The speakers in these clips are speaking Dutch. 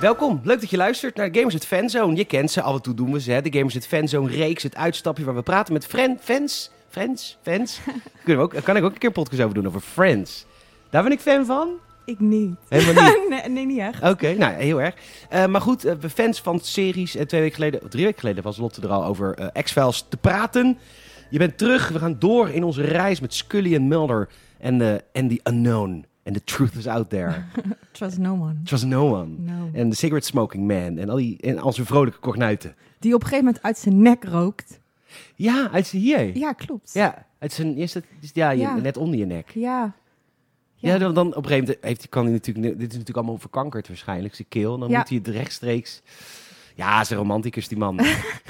Welkom, leuk dat je luistert naar Gamers at Fanzone. Je kent ze, af en toe doen we ze, hè? De Gamers at Fanzone reeks, het uitstapje waar we praten met fans. Kan ik ook een keer een podcast over doen, over Friends. Daar ben ik fan van. Ik niet. Helemaal niet? nee, niet echt. Oké, nou heel erg. Maar goed, we fans van series. En 3 weken geleden was Lotte er al over X-Files te praten. Je bent terug, we gaan door in onze reis met Scully en Mulder en the unknown. And the truth is out there. Trust no one. Trust no one. No. En de cigarette smoking man. En al zijn vrolijke kornuiten. Die op een gegeven moment uit zijn nek rookt. Ja, uit zijn hier. Ja, klopt. Ja, uit zijn Ja. net onder je nek. Ja. Ja, dan op een gegeven moment kan hij natuurlijk... Dit is natuurlijk allemaal verkankerd waarschijnlijk, zijn keel. Dan moet hij het rechtstreeks... Ja, is een romanticus die man.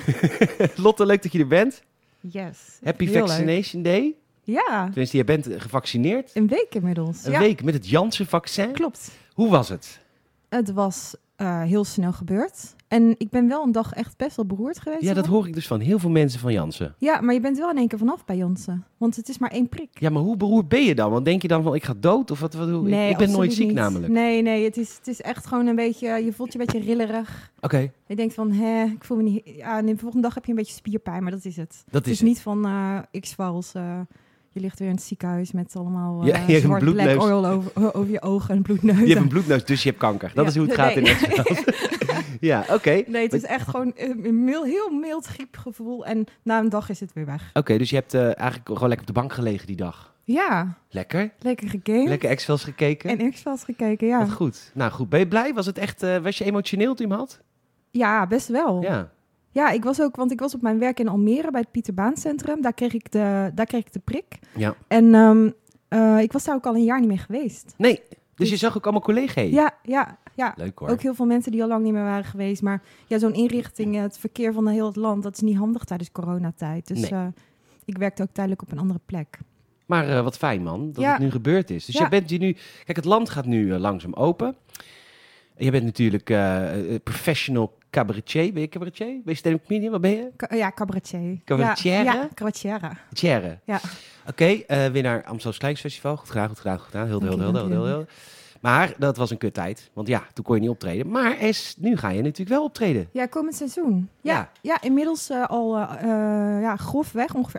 Lotte, leuk dat je er bent. Yes. Happy Heel Vaccination Day. Ja. Tenminste, je bent gevaccineerd. Een week inmiddels. Een week met het Janssen-vaccin. Klopt. Hoe was het? Het was heel snel gebeurd. En ik ben wel een dag echt best wel beroerd geweest. Ja, dat hoor ik dus van heel veel mensen van Janssen. Ja, maar je bent wel in één keer vanaf bij Janssen. Want het is maar 1 prik. Ja, maar hoe beroerd ben je dan? Want denk je dan van, ik ga dood? Of wat Nee, ik ben nooit ziek niet. namelijk. Nee, het is echt gewoon een beetje... Je voelt je een beetje rillerig. Oké. Je denkt van, ik voel me niet... Ja, en de volgende dag heb je een beetje spierpijn, maar dat is het. Dat Het is niet van X-Files... je ligt weer in het ziekenhuis met allemaal zwart black oil over je ogen en bloedneus. Je hebt een bloedneus, dus je hebt kanker. Dat is hoe het gaat in X-Files. Ja, oké. Nee, het is echt gewoon een heel mild griepgevoel. En na een dag is het weer weg. Oké, dus je hebt eigenlijk gewoon lekker op de bank gelegen die dag. Ja. Lekker. Lekker gegamed. Lekker X-Files gekeken. En X-Files gekeken, ja. Wat goed. Nou goed, ben je blij? Was het echt, was je emotioneel toen je hem had? Ja, best wel. Ja. Ja, ik was op mijn werk in Almere bij het Pieter Baan Centrum. Daar kreeg ik de prik. Ja. En ik was daar ook al een jaar niet meer geweest. Nee, dus je zag ook allemaal collega's? Ja. Leuk hoor. Ook heel veel mensen die al lang niet meer waren geweest. Maar ja, zo'n inrichting, het verkeer van heel het land, dat is niet handig tijdens coronatijd. Dus ik werkte ook tijdelijk op een andere plek. Maar wat fijn man, dat het nu gebeurd is. Dus je bent hier nu... Kijk, het land gaat nu langzaam open. Je bent natuurlijk professional cabaretier. Ben je cabaretier? Ben je stand-up comedian? Wat ben je? Cabaretier. Cabaretière? Ja, cabaretière. Cabaretière. Ja. Oké, winnaar Amstel Slijksfestival. Goed gedaan. Heel. Maar dat was een kuttijd. Want ja, toen kon je niet optreden. Maar nu ga je natuurlijk wel optreden. Ja, komend seizoen. Ja, inmiddels al grofweg ongeveer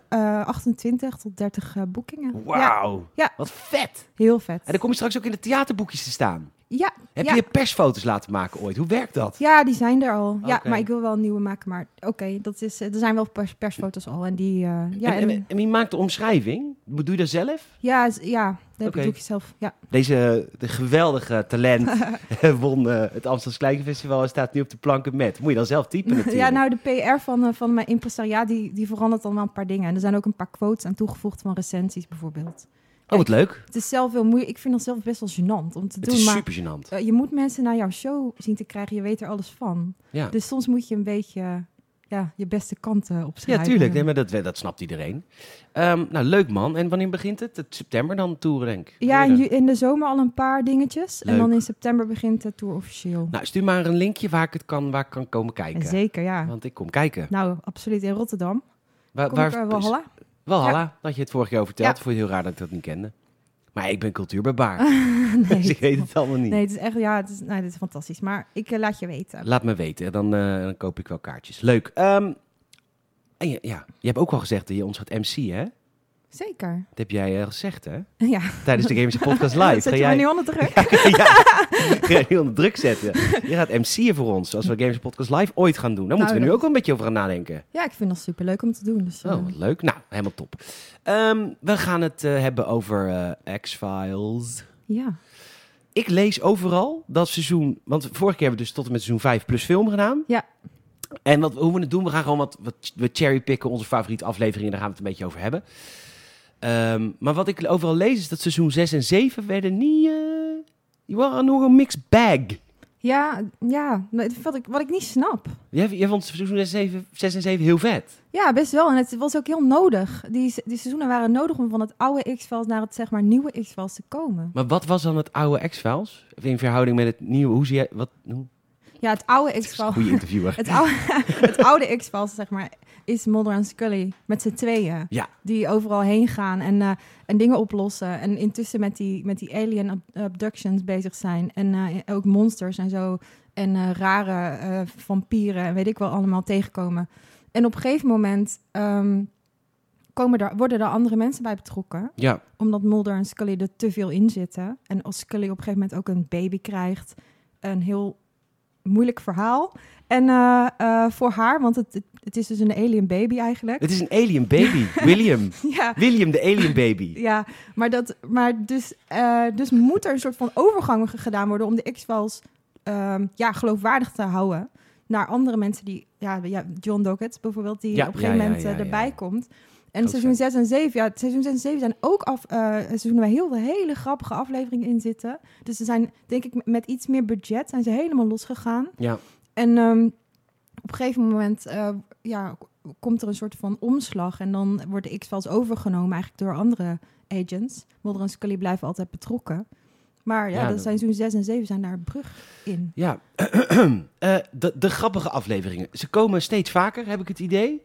28 tot 30 boekingen. Wauw, ja. Wat vet. Heel vet. En dan kom je straks ook in de theaterboekjes te staan. Ja. Heb je persfoto's laten maken ooit? Hoe werkt dat? Ja, die zijn er al. Okay. Ja, maar ik wil wel een nieuwe maken. Maar er zijn wel persfoto's al. En die... en wie maakt de omschrijving? Doe je dat zelf? Ja, dat doe ik zelf. Ja. De geweldige talent won het Amsterdam Festival en staat nu op de planken met. Moet je dan zelf typen natuurlijk. Ja, nou de PR van mijn impresariaat, die verandert dan wel een paar dingen. En er zijn ook een paar quotes aan toegevoegd van recensies bijvoorbeeld. Oh, wat leuk. Het is zelf heel moeilijk. Ik vind dat zelf best wel gênant om te doen. Het is super gênant. Je moet mensen naar jouw show zien te krijgen. Je weet er alles van. Ja. Dus soms moet je een beetje je beste kanten opschrijven. Ja, tuurlijk. Nee, maar dat snapt iedereen. Nou, leuk man. En wanneer begint het? Het september dan toeren, denk ik. Ja, in de zomer al een paar dingetjes. Leuk. En dan in september begint de tour officieel. Nou, stuur maar een linkje waar ik kan komen kijken. En zeker, ja. Want ik kom kijken. Nou, absoluut. In Rotterdam. Walhalla? Walhalla, dat je het vorig jaar over verteld. Vond je heel raar dat ik dat niet kende. Maar ik ben cultuurbarbaar. Nee, dus ik weet het allemaal niet. Nee, het is echt, dit is fantastisch. Maar ik laat je weten. Laat me weten, dan koop ik wel kaartjes. Leuk. En je hebt ook al gezegd dat je ons gaat MC, hè? Zeker. Dat heb jij gezegd, hè? Ja. Tijdens de Games Podcast Live. Zet je me nu onder druk? Ga je nu onder druk zetten. Je gaat MC'en voor ons, als we Games Podcast Live ooit gaan doen. Daar moeten we nu ook wel een beetje over gaan nadenken. Ja, ik vind dat superleuk om te doen. Dus, wat leuk. Nou, helemaal top. We gaan het hebben over X-Files. Ja. Ik lees overal dat seizoen... Want vorige keer hebben we dus tot en met seizoen 5 plus film gedaan. Ja. En hoe we het doen, we gaan gewoon we cherrypicken onze favoriete afleveringen. Daar gaan we het een beetje over hebben. Maar wat ik overal lees is dat seizoen 6 en 7 werden niet... die waren nog een mixed bag. Ja, wat ik niet snap. Jij vond seizoen 6 en 7 heel vet? Ja, best wel. En het was ook heel nodig. Die seizoenen waren nodig om van het oude X-Files naar het zeg maar nieuwe X-Files te komen. Maar wat was dan het oude X-Files? In verhouding met het nieuwe? Hoe zie jij... Ja, het oude X-Files. Goeie interviewer. Het oude X-Files, zeg maar, is Mulder en Scully met z'n tweeën. Ja. Die overal heen gaan en dingen oplossen. En intussen met die alien abductions bezig zijn. En ook monsters en zo. En rare vampieren en weet ik wel allemaal tegenkomen. En op een gegeven moment worden er andere mensen bij betrokken. Ja. Omdat Mulder en Scully er te veel in zitten. En als Scully op een gegeven moment ook een baby krijgt. Een heel moeilijk verhaal. En voor haar, want het is dus een alien baby eigenlijk. Het is een alien baby. William. Ja. William, de alien baby. Ja, dus moet er een soort van overgang gedaan worden om de X-Files geloofwaardig te houden naar andere mensen die, John Doggett bijvoorbeeld, die op een gegeven moment erbij komt. En seizoen 6 en 7, seizoen 6 en 7 zijn ook seizoenen waar heel veel hele grappige afleveringen in zitten. Dus ze zijn, denk ik, met iets meer budget zijn ze helemaal losgegaan. Ja. En op een gegeven moment komt er een soort van omslag en dan wordt de X-Files overgenomen eigenlijk door andere agents. Mulder en Scully blijven altijd betrokken. Maar dat seizoen 6 en 7 zijn daar een brug in. Ja, de grappige afleveringen. Ze komen steeds vaker, heb ik het idee.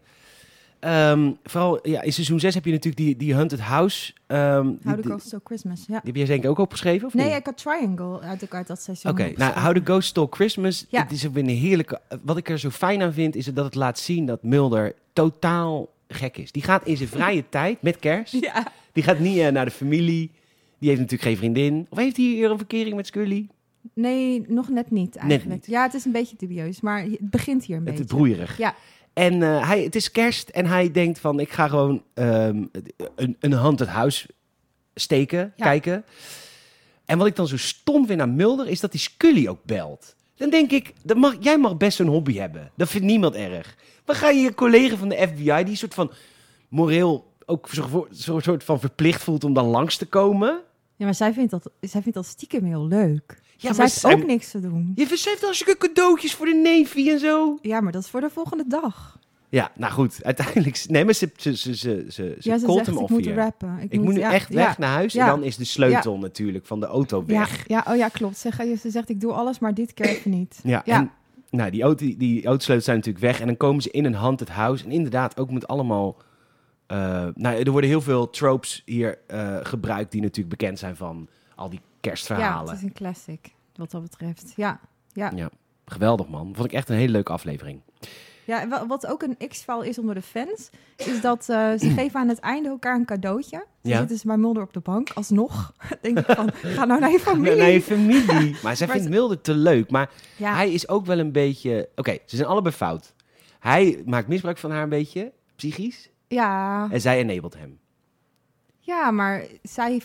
Vooral in seizoen 6 heb je natuurlijk die Haunted House. How the Ghost Stole Christmas, ja. Die heb jij denk ik ook opgeschreven, of niet? Nee, ik had Triangle uit dat seizoen. Oké, How the Ghost Stole Christmas. Ja. Het is ook weer een heerlijke... Wat ik er zo fijn aan vind, is dat het laat zien dat Mulder totaal gek is. Die gaat in zijn vrije tijd, met kerst, die gaat niet naar de familie. Die heeft natuurlijk geen vriendin. Of heeft hij hier een verkering met Scully? Nee, nog net niet eigenlijk. Net niet. Ja, het is een beetje dubieus, maar het begint hier een beetje. Het is broeierig. Ja. En het is kerst en hij denkt van, ik ga gewoon een haunted house steken, kijken. En wat ik dan zo stom vind aan Mulder, is dat hij Scully ook belt. Dan denk ik, jij mag best een hobby hebben. Dat vindt niemand erg. Maar ga je collega van de FBI, die soort van moreel ook zo'n soort van verplicht voelt om dan langs te komen? Ja, maar zij vindt dat stiekem heel leuk. Ja, zij heeft ook niks te doen. Je verzet als je cadeautjes voor de neefie en zo. Ja, maar dat is voor de volgende dag. Ja, nou goed, uiteindelijk... Nee, maar ze called hem ik off moet hier. rappen. Ik moet nu echt weg naar huis. En dan is de sleutel natuurlijk van de auto weg. Ja, klopt. Ze zegt, ik doe alles, maar dit keer even niet. Ja. En die autosleutels zijn natuurlijk weg. En dan komen ze in een haunted house. En inderdaad, ook met allemaal... er worden heel veel tropes hier gebruikt... die natuurlijk bekend zijn van al die kerstverhalen. Ja, het is een classic, wat dat betreft. Ja. Geweldig, man. Vond ik echt een hele leuke aflevering. Ja, wat ook een X-file is onder de fans... is dat ze geven aan het einde elkaar een cadeautje. Ze zitten ze bij Mulder op de bank, alsnog. Denk ik van, ga nou naar je familie. Naar je familie. Maar zij vindt Mulder te leuk. Maar ja. Hij is ook wel een beetje... Oké, ze zijn allebei fout. Hij maakt misbruik van haar een beetje, psychisch. Ja. En zij enabled hem. Ja, maar zij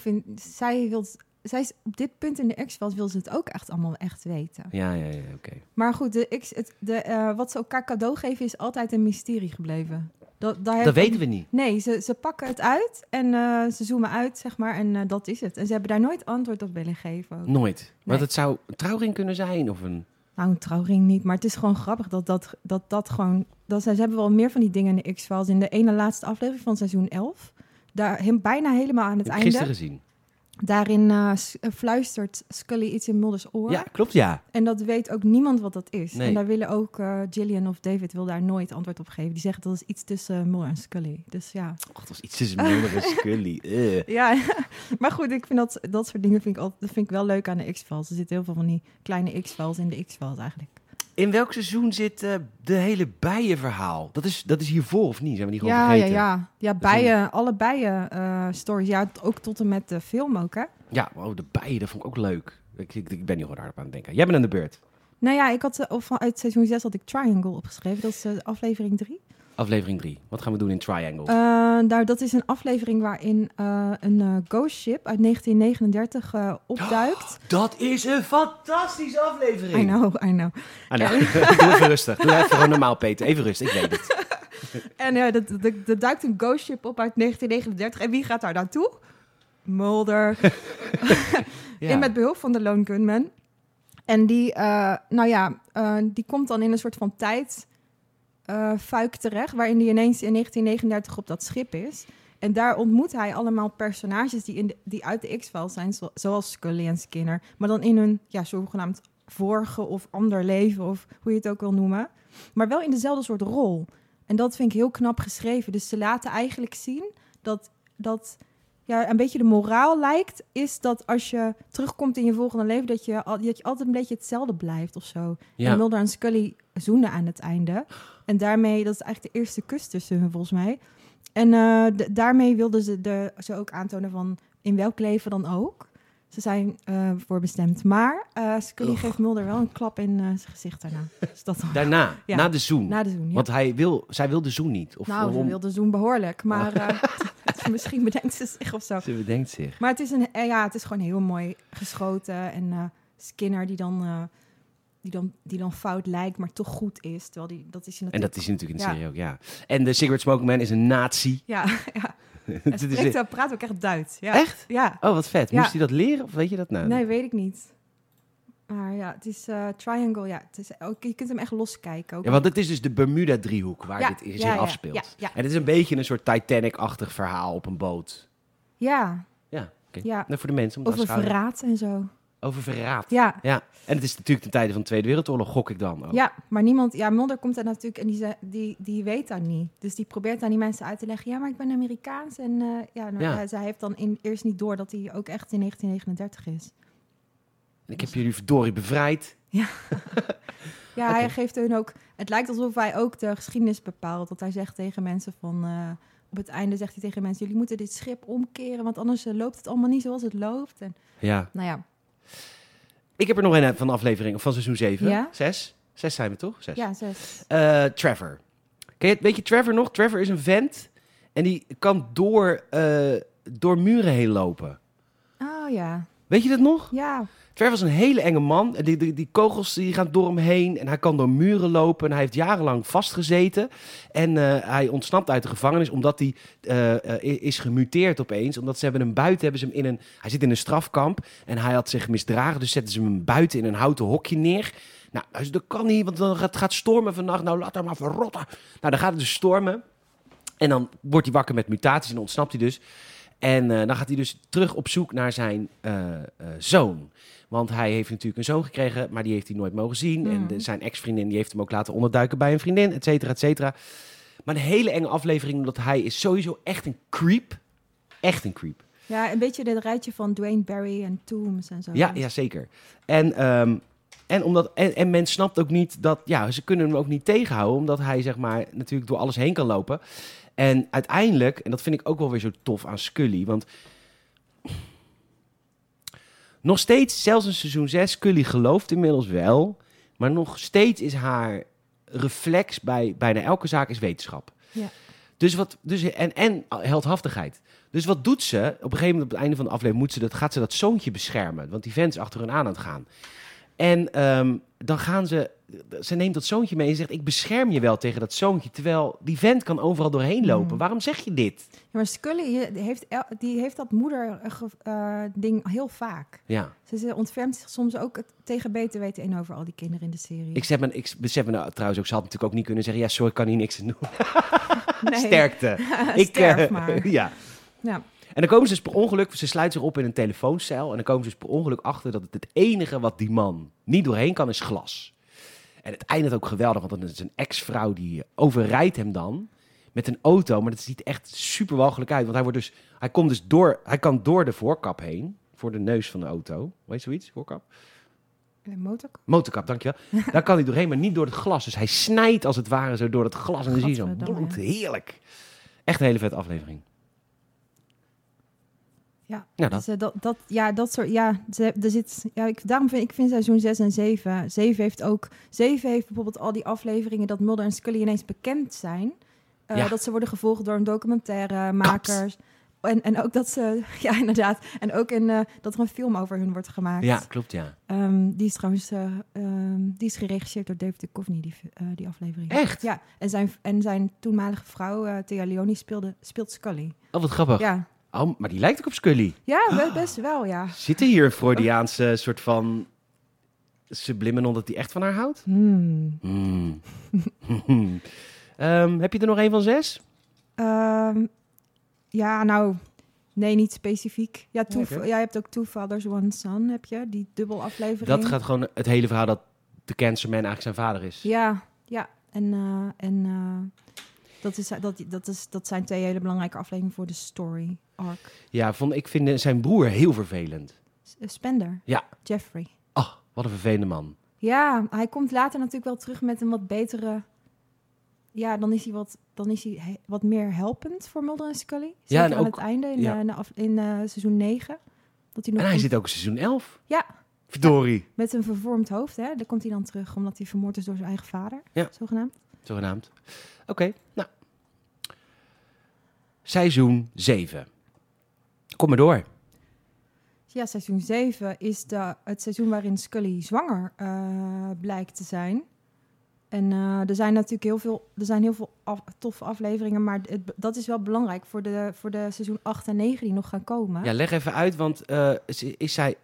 is op dit punt in de X-Files wil ze het ook echt allemaal echt weten. Ja, oké. Maar goed, wat ze elkaar cadeau geven is altijd een mysterie gebleven. Dat weten we niet. Nee, ze pakken het uit en ze zoomen uit, zeg maar, en dat is het. En ze hebben daar nooit antwoord op willen geven. Ook. Nooit. Nee. Want het zou een trouwring kunnen zijn of een... Nou, een trouwring niet, maar het is gewoon grappig dat gewoon... Ze hebben wel meer van die dingen in de X-Files. In de ene laatste aflevering van seizoen 11, bijna helemaal aan het einde. Gisteren gezien. Daarin fluistert Scully iets in Mulders oor. Ja, klopt, ja. En dat weet ook niemand wat dat is. Nee. En daar willen ook Gillian of David wil daar nooit antwoord op geven. Die zeggen dat is iets tussen Mulder en Scully. Dus ja. God, dat was iets tussen Mulder en Scully. Ja, maar goed, ik vind dat soort dingen vind ik wel leuk aan de X-Files. Er zitten heel veel van die kleine X-Files in de X-Files eigenlijk. In welk seizoen zit de hele bijenverhaal? Dat is hiervoor of niet? Zijn we die gewoon vergeten? Ja, alle bijen-stories. Ja, ook tot en met de film ook, hè? Ja, de bijen, dat vond ik ook leuk. Ik ben niet gewoon hard aan het denken. Jij bent aan de beurt. Nou ja, uit seizoen 6 had ik Triangle opgeschreven. Dat is aflevering 3. Aflevering 3. Wat gaan we doen in Triangle? Dat is een aflevering waarin een ghost ship uit 1939 opduikt. Dat is een fantastische aflevering. I know. Doe even rustig. Doe even gewoon normaal, Peter. Even rustig, ik weet het. En er duikt een ghost ship op uit 1939. En wie gaat daar naartoe? Mulder. Ja. Met behulp van de Lone Gunman. En die komt dan in een soort van fuik terecht, waarin hij ineens in 1939 op dat schip is. En daar ontmoet hij allemaal personages die uit de X-Files zijn, zoals Scully en Skinner, maar dan in hun zogenaamd vorige of ander leven, of hoe je het ook wil noemen. Maar wel in dezelfde soort rol. En dat vind ik heel knap geschreven. Dus ze laten eigenlijk zien dat een beetje de moraal lijkt, is dat als je terugkomt in je volgende leven, dat je altijd een beetje hetzelfde blijft of zo. Ja. En Mulder en Scully zoenen aan het einde. En daarmee, dat is eigenlijk de eerste kus tussen hun volgens mij. En daarmee wilden ze ook aantonen van in welk leven dan ook. Ze zijn voorbestemd. Maar Scully geeft Mulder wel een klap in zijn gezicht daarna. Dus daarna? Ja. Na de zoen? Na de zoen, ja. Want zij wil de zoen niet? Of, ze wil de zoen behoorlijk. Maar misschien bedenkt ze zich of zo. Ze bedenkt zich. Maar het is gewoon heel mooi geschoten. En Skinner die dan fout lijkt, maar toch goed is. Terwijl dat is en dat is natuurlijk in de serie ook, ja. En de Cigarette Smoking Man is een nazi. Ja. Hij praat ook echt Duits. Ja. Echt? Ja. Oh, wat vet. Moest hij dat leren of weet je dat nou? Nee, weet ik niet. Maar ja, het is Triangle. Ja, het is ook, je kunt hem echt loskijken. Ook. Ja, want het is dus de Bermuda-driehoek waar dit zich afspeelt. Ja. En het is een beetje een soort Titanic-achtig verhaal op een boot. Ja. Ja, oké. Ja. Nou, voor de mensen om te over verraad en zo. Over verraad. Ja. En het is natuurlijk de tijden van de Tweede Wereldoorlog, gok ik dan ook. Ja, maar Mulder komt daar natuurlijk en die weet dat niet. Dus die probeert aan die mensen uit te leggen, ja, maar ik ben Amerikaans. En zij heeft dan eerst niet door dat hij ook echt in 1939 is. En ik heb jullie verdorie bevrijd. Ja. Ja, Okay. Hij geeft hun ook... Het lijkt alsof hij ook de geschiedenis bepaalt. Dat hij zegt tegen mensen van... op het einde zegt hij tegen mensen... jullie moeten dit schip omkeren... want anders loopt het allemaal niet zoals het loopt. En, ja. Nou ja. Ik heb er nog een van de aflevering van seizoen 7. Ja? 6? 6 zijn we toch? 6. Ja, 6. Trevor. Weet je Trevor nog? Trevor is een vent... en die kan door muren heen lopen. Oh ja. Weet je dat nog? Ja. Trevor was een hele enge man. Die kogels die gaan door hem heen. En hij kan door muren lopen. En hij heeft jarenlang vastgezeten. En hij ontsnapt uit de gevangenis omdat hij is gemuteerd opeens. Omdat ze hem buiten... hij zit in een strafkamp. En hij had zich misdragen. Dus zetten ze hem buiten in een houten hokje neer. Nou, dus dat kan niet. Want dan gaat stormen vannacht. Nou, laat hem maar verrotten. Nou, dan gaat het dus stormen. En dan wordt hij wakker met mutaties. En ontsnapt hij dus. En dan gaat hij dus terug op zoek naar zijn zoon. Want hij heeft natuurlijk een zoon gekregen, maar die heeft hij nooit mogen zien. Mm. En zijn ex-vriendin die heeft hem ook laten onderduiken bij een vriendin, et cetera, et cetera. Maar een hele enge aflevering, omdat hij is sowieso echt een creep. Echt een creep. Ja, een beetje dit rijtje van Dwayne Barry en Tooms en zo. Ja, zeker. En men snapt ook niet dat... Ja, ze kunnen hem ook niet tegenhouden, omdat hij zeg maar natuurlijk door alles heen kan lopen. En uiteindelijk, en dat vind ik ook wel weer zo tof aan Scully, want nog steeds, zelfs in seizoen 6, Scully gelooft inmiddels wel, maar nog steeds is haar reflex bij bijna elke zaak is wetenschap. Ja. En heldhaftigheid. Dus wat doet ze? Op een gegeven moment, op het einde van de aflevering, gaat ze dat zoontje beschermen, want die vent is achter hun aan het gaan. En dan gaan ze neemt dat zoontje mee en zegt, ik bescherm je wel tegen dat zoontje, terwijl die vent kan overal doorheen lopen. Waarom zeg je dit? Ja, maar Scully die heeft dat moeder-ding heel vaak. Ja. Ze ontfermt zich soms ook tegen beter weten in over al die kinderen in de serie. Ik besef me nou, trouwens ook, ze had natuurlijk ook niet kunnen zeggen, ja, sorry, ik kan hier niks aan doen. Nee. Sterkte. Sterf maar. Ja. En dan komen ze dus per ongeluk, ze sluiten zich op in een telefooncel en dan komen ze dus per ongeluk achter dat het enige wat die man niet doorheen kan is glas. En het eindigt ook geweldig, want dan is een ex-vrouw die overrijdt hem dan met een auto, maar dat ziet echt super walgelijk uit, want hij kan door de voorkap heen, voor de neus van de auto. Hoe heet zoiets? Voorkap? Motorkap? Motorkap, dankjewel. Daar kan hij doorheen, maar niet door het glas. Dus hij snijdt als het ware zo door het glas en dan zie je zo'n bloed. Heerlijk. Echt een hele vette aflevering. Ja, nou, dat soort... Ja, ik vind seizoen 6 en 7... 7 heeft bijvoorbeeld al die afleveringen dat Mulder en Scully ineens bekend zijn. Dat ze worden gevolgd door een documentairemakers. En ook dat ze... Ja, inderdaad. En ook dat er een film over hun wordt gemaakt. Ja, klopt, ja. Die is trouwens... die is geregisseerd door David Duchovny, die aflevering. Echt? Ja. En zijn toenmalige vrouw, Thea Leoni, speelt Scully. Oh, wat grappig. Ja. Oh, maar die lijkt ook op Scully. Ja, best wel, ja. Zit er hier een Freudiaanse soort van subliminal dat hij echt van haar houdt? Heb je er nog een van 6? Ja, nou... Nee, niet specifiek. Ja, Okay. Je hebt ook Two Fathers, One Son, heb je. Die dubbel aflevering. Dat gaat gewoon het hele verhaal dat de Cancerman eigenlijk zijn vader is. Ja. En dat zijn 2 hele belangrijke afleveringen voor de story arc. Ja, ik vind zijn broer heel vervelend. Spender. Ja. Jeffrey. Oh, wat een vervelende man. Ja, hij komt later natuurlijk wel terug met een wat betere... Ja, dan is hij wat meer helpend voor Mulder en Scully. Zeker en aan ook, het einde, in seizoen 9. Dat hij nog en hij zit ook in seizoen 11. Ja. Verdorie. Met een vervormd hoofd, hè. Daar komt hij dan terug, omdat hij vermoord is door zijn eigen vader. Ja. Zogenaamd. Oké, nou. Seizoen 7. Kom maar door. Ja, seizoen 7 is het seizoen waarin Scully zwanger blijkt te zijn. En er zijn natuurlijk heel veel toffe afleveringen, maar dat is wel belangrijk voor de seizoen 8 en 9 die nog gaan komen. Ja, leg even uit, want is zij...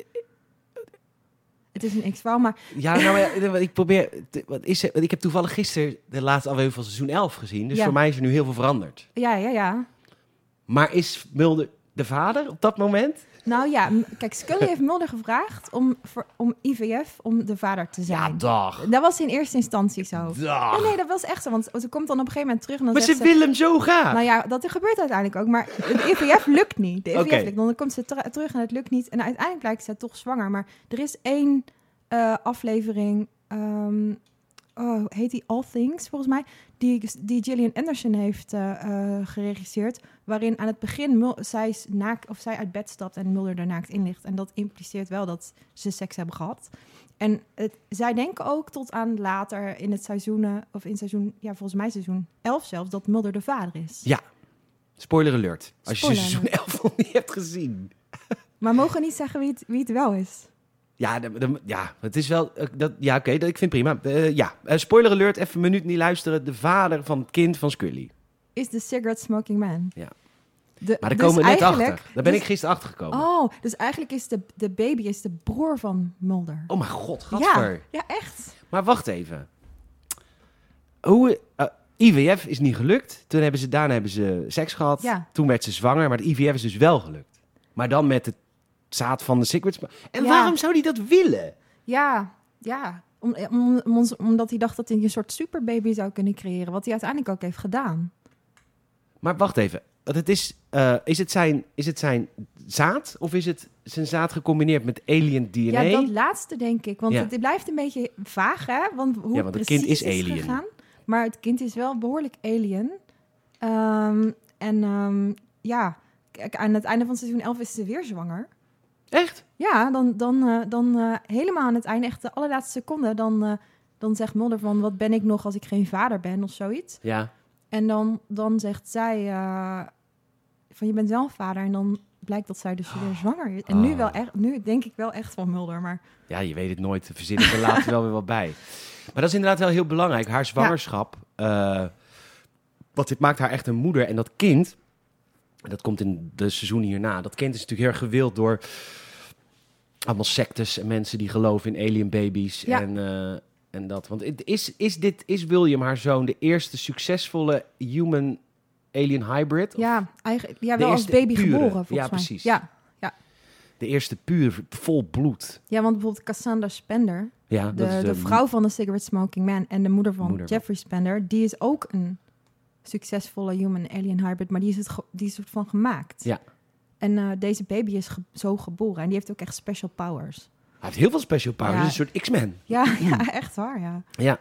Het is een X-verhaal, maar... Ja, nou, ik probeer... Ik heb toevallig gisteren de laatste aflevering van seizoen 11 gezien, dus voor mij is er nu heel veel veranderd. Ja. Maar is Mulder de vader op dat moment? Nou ja, kijk, Scully heeft Mulder gevraagd om IVF, om de vader te zijn. Ja, dag. Dat was in eerste instantie zo. Dag. Nee, dat was echt zo, want ze komt dan op een gegeven moment terug en dan Maar zegt ze wil hem zo graag. Nou ja, dat gebeurt uiteindelijk ook, maar de IVF lukt niet. De IVF Oké. lukt, dan komt ze terug en het lukt niet. En uiteindelijk blijkt ze toch zwanger, maar er is 1 aflevering... heet die All Things, volgens mij, die Gillian Anderson heeft geregisseerd, waarin aan het begin zij uit bed stapt en Mulder er naakt in ligt. En dat impliceert wel dat ze seks hebben gehad. En zij denken ook tot aan later in het seizoen, volgens mij seizoen 11 zelfs, dat Mulder de vader is. Ja, spoiler alert. Als Spoiler je seizoen 11 nog niet hebt gezien. Maar mogen we niet zeggen wie het wel is? Ja, het is wel... oké, ik vind het prima. Spoiler alert, even een minuut niet luisteren. De vader van het kind van Scully. Is de cigarette smoking man. Ja. Maar daar komen we net achter. Daar ben ik gisteren achter gekomen. Oh, dus eigenlijk is de baby is de broer van Mulder. Oh mijn god, gadver. Ja, echt. Maar wacht even. IVF is niet gelukt. Daarna hebben ze seks gehad. Ja. Toen werd ze zwanger, maar de IVF is dus wel gelukt. Maar dan met het zaad van de cigarette. En waarom zou hij dat willen? Ja. Omdat hij dacht dat hij een soort superbaby zou kunnen creëren. Wat hij uiteindelijk ook heeft gedaan. Maar wacht even. Is het zijn zaad? Of is het zijn zaad gecombineerd met alien DNA? Ja, dat laatste denk ik. Want het blijft een beetje vaag, hè? Want het kind is alien. Gegaan. Maar het kind is wel behoorlijk alien. Kijk, aan het einde van seizoen 11 is ze weer zwanger. Echt? Ja, dan helemaal aan het einde, echt de allerlaatste seconde, dan zegt Mulder van, wat ben ik nog als ik geen vader ben of zoiets. Ja. En dan zegt zij van, je bent wel een vader. En dan blijkt dat zij dus weer zwanger is. En nu denk ik wel echt van Mulder, maar... Ja, je weet het nooit. Verzinnen er later wel weer wat bij. Maar dat is inderdaad wel heel belangrijk. Haar zwangerschap, want dit maakt haar echt een moeder. En dat kind, dat komt in de seizoen hierna, dat kind is natuurlijk heel erg gewild door allemaal sectes en mensen die geloven in alien baby's. Ja. En dat. Want is William, haar zoon, de eerste succesvolle human alien hybrid? Ja, eigenlijk, wel als baby pure geboren, volgens mij. Precies. Ja. De eerste puur, vol bloed. Ja, want bijvoorbeeld Cassandra Spender, ja, de vrouw van de cigarette smoking man en de moeder van Jeffrey Spender, die is ook een succesvolle human alien hybrid, maar die is soort van gemaakt. Ja. En deze baby is zo geboren en die heeft ook echt special powers. Hij heeft heel veel special powers, een soort X-Men. Ja, echt waar, ja.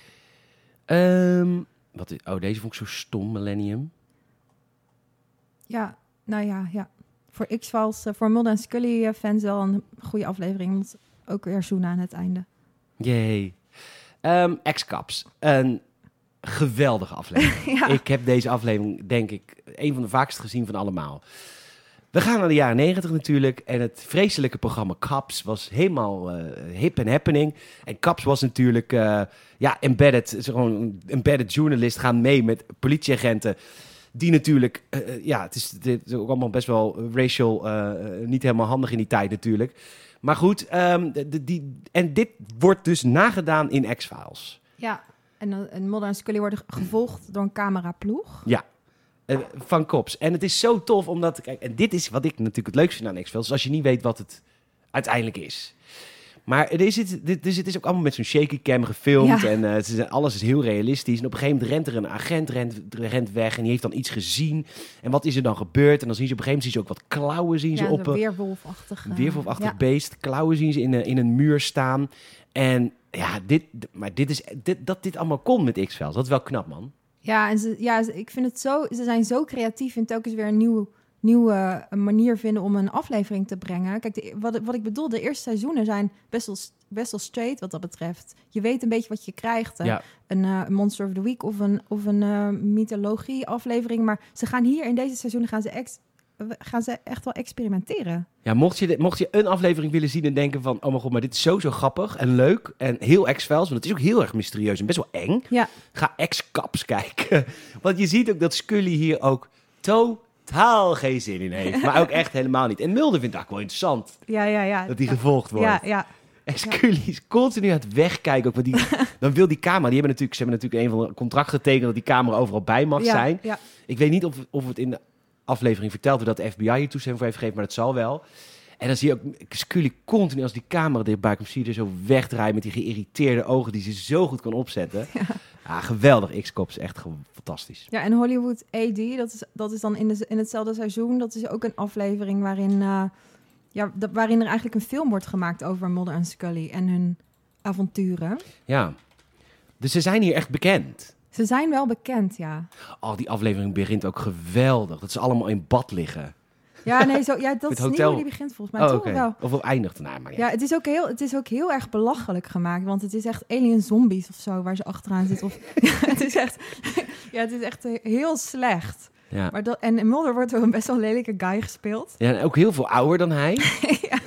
Deze vond ik zo stom, Millennium. Ja, nou ja. Voor X-Files, voor Mulder en Scully fans wel een goede aflevering. Want ook weer zoenen aan het einde. Yay. X-Cops. Een geweldige aflevering. Ja. Ik heb deze aflevering, denk ik, een van de vaakst gezien van allemaal. We gaan naar de jaren 90 natuurlijk. En het vreselijke programma Cops was helemaal hip en happening. En Cops was natuurlijk embedded. Gewoon een embedded journalist gaan mee met politieagenten. Die natuurlijk, het is ook allemaal best wel racial, niet helemaal handig in die tijd natuurlijk. Maar goed, en dit wordt dus nagedaan in X-Files. Ja, en Mulder en Scully worden gevolgd door een cameraploeg. Ja, Van Kops. En het is zo tof, omdat... Kijk, en dit is wat ik natuurlijk het leukste vind aan X-Files. Dus als je niet weet wat het uiteindelijk is. Maar het is ook allemaal met zo'n shaky cam gefilmd. Ja. En alles is heel realistisch. En op een gegeven moment rent er een agent rent weg. En die heeft dan iets gezien. En wat is er dan gebeurd? En dan zien ze op een gegeven moment ook wat klauwen zien ze op een weerwolfachtig beest. Klauwen zien ze in een muur staan. En ja, dit allemaal kon met X-Files. Dat is wel knap, man. Ja, en ik vind het zo... Ze zijn zo creatief en telkens weer een nieuwe manier vinden om een aflevering te brengen. Kijk, wat ik bedoel, de eerste seizoenen zijn best wel straight wat dat betreft. Je weet een beetje wat je krijgt. Ja. Een Monster of the Week of een mythologie aflevering. Maar ze gaan hier in deze seizoenen gaan ze echt wel experimenteren. Ja, mocht je een aflevering willen zien en denken van... oh mijn god, maar dit is zo grappig en leuk en heel X-Files... want het is ook heel erg mysterieus en best wel eng. Ja. Ga X-Caps kijken. Want je ziet ook dat Scully hier ook totaal geen zin in heeft. Maar ook echt helemaal niet. En Mulder vindt het ook wel interessant. Ja. Dat hij gevolgd wordt. Ja. En Scully is continu aan het wegkijken. Ook, dan wil die camera... Ze hebben natuurlijk een van de contracten getekend... dat die camera overal bij mag zijn. Ja. Ik weet niet of het in de aflevering verteld dat de FBI hier toestemming voor heeft gegeven, maar dat zal wel. En dan zie je ook Scully continu als die camera dichtbij komt, zie je er zo wegdraaien met die geïrriteerde ogen die ze zo goed kan opzetten. Ja, geweldig. X-Cops, echt fantastisch. Ja, en Hollywood AD, dat is dan in hetzelfde seizoen. Dat is ook een aflevering waarin er eigenlijk een film wordt gemaakt over Mulder en Scully en hun avonturen. Ja, dus ze zijn hier echt bekend. Ze zijn wel bekend, ja. Oh, die aflevering begint ook geweldig. Dat ze allemaal in bad liggen. Ja, nee, dat is niet hoe die begint volgens mij. Toch wel. Of eindigt het? Maar ja, het is ook heel erg belachelijk gemaakt. Want het is echt alien zombies of zo waar ze achteraan zit. Het is echt heel slecht. Ja. Maar en Mulder wordt wel een best wel lelijke guy gespeeld. Ja, en ook heel veel ouder dan hij. Ja.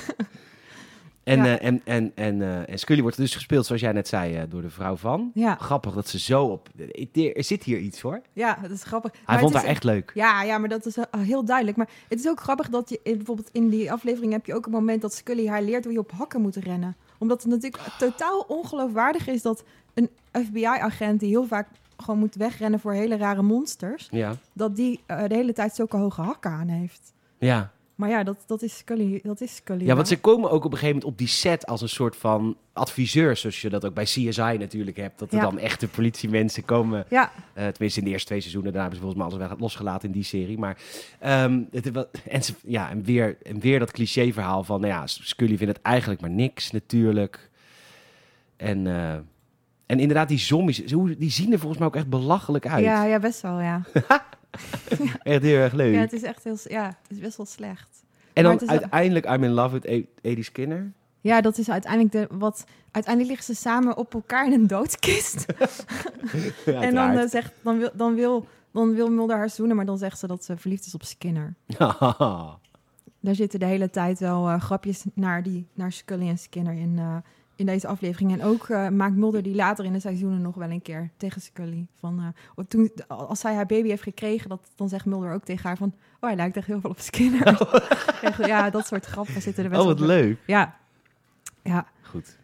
En Scully wordt dus gespeeld, zoals jij net zei, door de vrouw van. Ja. Grappig dat ze zo op... Er zit hier iets, hoor. Ja, dat is grappig. Hij vond haar echt leuk. Ja, maar dat is heel duidelijk. Maar het is ook grappig dat je... Bijvoorbeeld in die aflevering heb je ook een moment dat Scully haar leert hoe je op hakken moet rennen. Omdat het natuurlijk totaal ongeloofwaardig is dat een FBI-agent die heel vaak gewoon moet wegrennen voor hele rare monsters, dat die de hele tijd zulke hoge hakken aan heeft. Ja. Maar ja, dat is Scully. Ja, want ze komen ook op een gegeven moment op die set als een soort van adviseurs, zoals je dat ook bij CSI natuurlijk hebt. Dat er dan echte politiemensen komen. Ja. Tenminste in de eerste 2 seizoenen. Daarna hebben ze volgens mij alles wel losgelaten in die serie. Maar en weer dat clichéverhaal van, Scully vindt het eigenlijk maar niks natuurlijk. En inderdaad, die zombies, die zien er volgens mij ook echt belachelijk uit. Ja, best wel, ja. Echt heel erg leuk. Ja, het is echt het is best wel slecht. En dan uiteindelijk I'm in love with Eddie Skinner. Ja, dat is uiteindelijk uiteindelijk liggen ze samen op elkaar in een doodskist. Ja, en dan wil Mulder haar zoenen, maar dan zegt ze dat ze verliefd is op Skinner. Daar zitten de hele tijd wel grapjes naar Scully en Skinner in deze aflevering. En ook maakt Mulder die later in de seizoenen nog wel een keer tegen Scully. Als zij haar baby heeft gekregen, dan zegt Mulder ook tegen haar van, oh, hij lijkt echt heel veel op Skinner. Ja, dat soort grappen zitten er best wat leuk. Ja. Goed.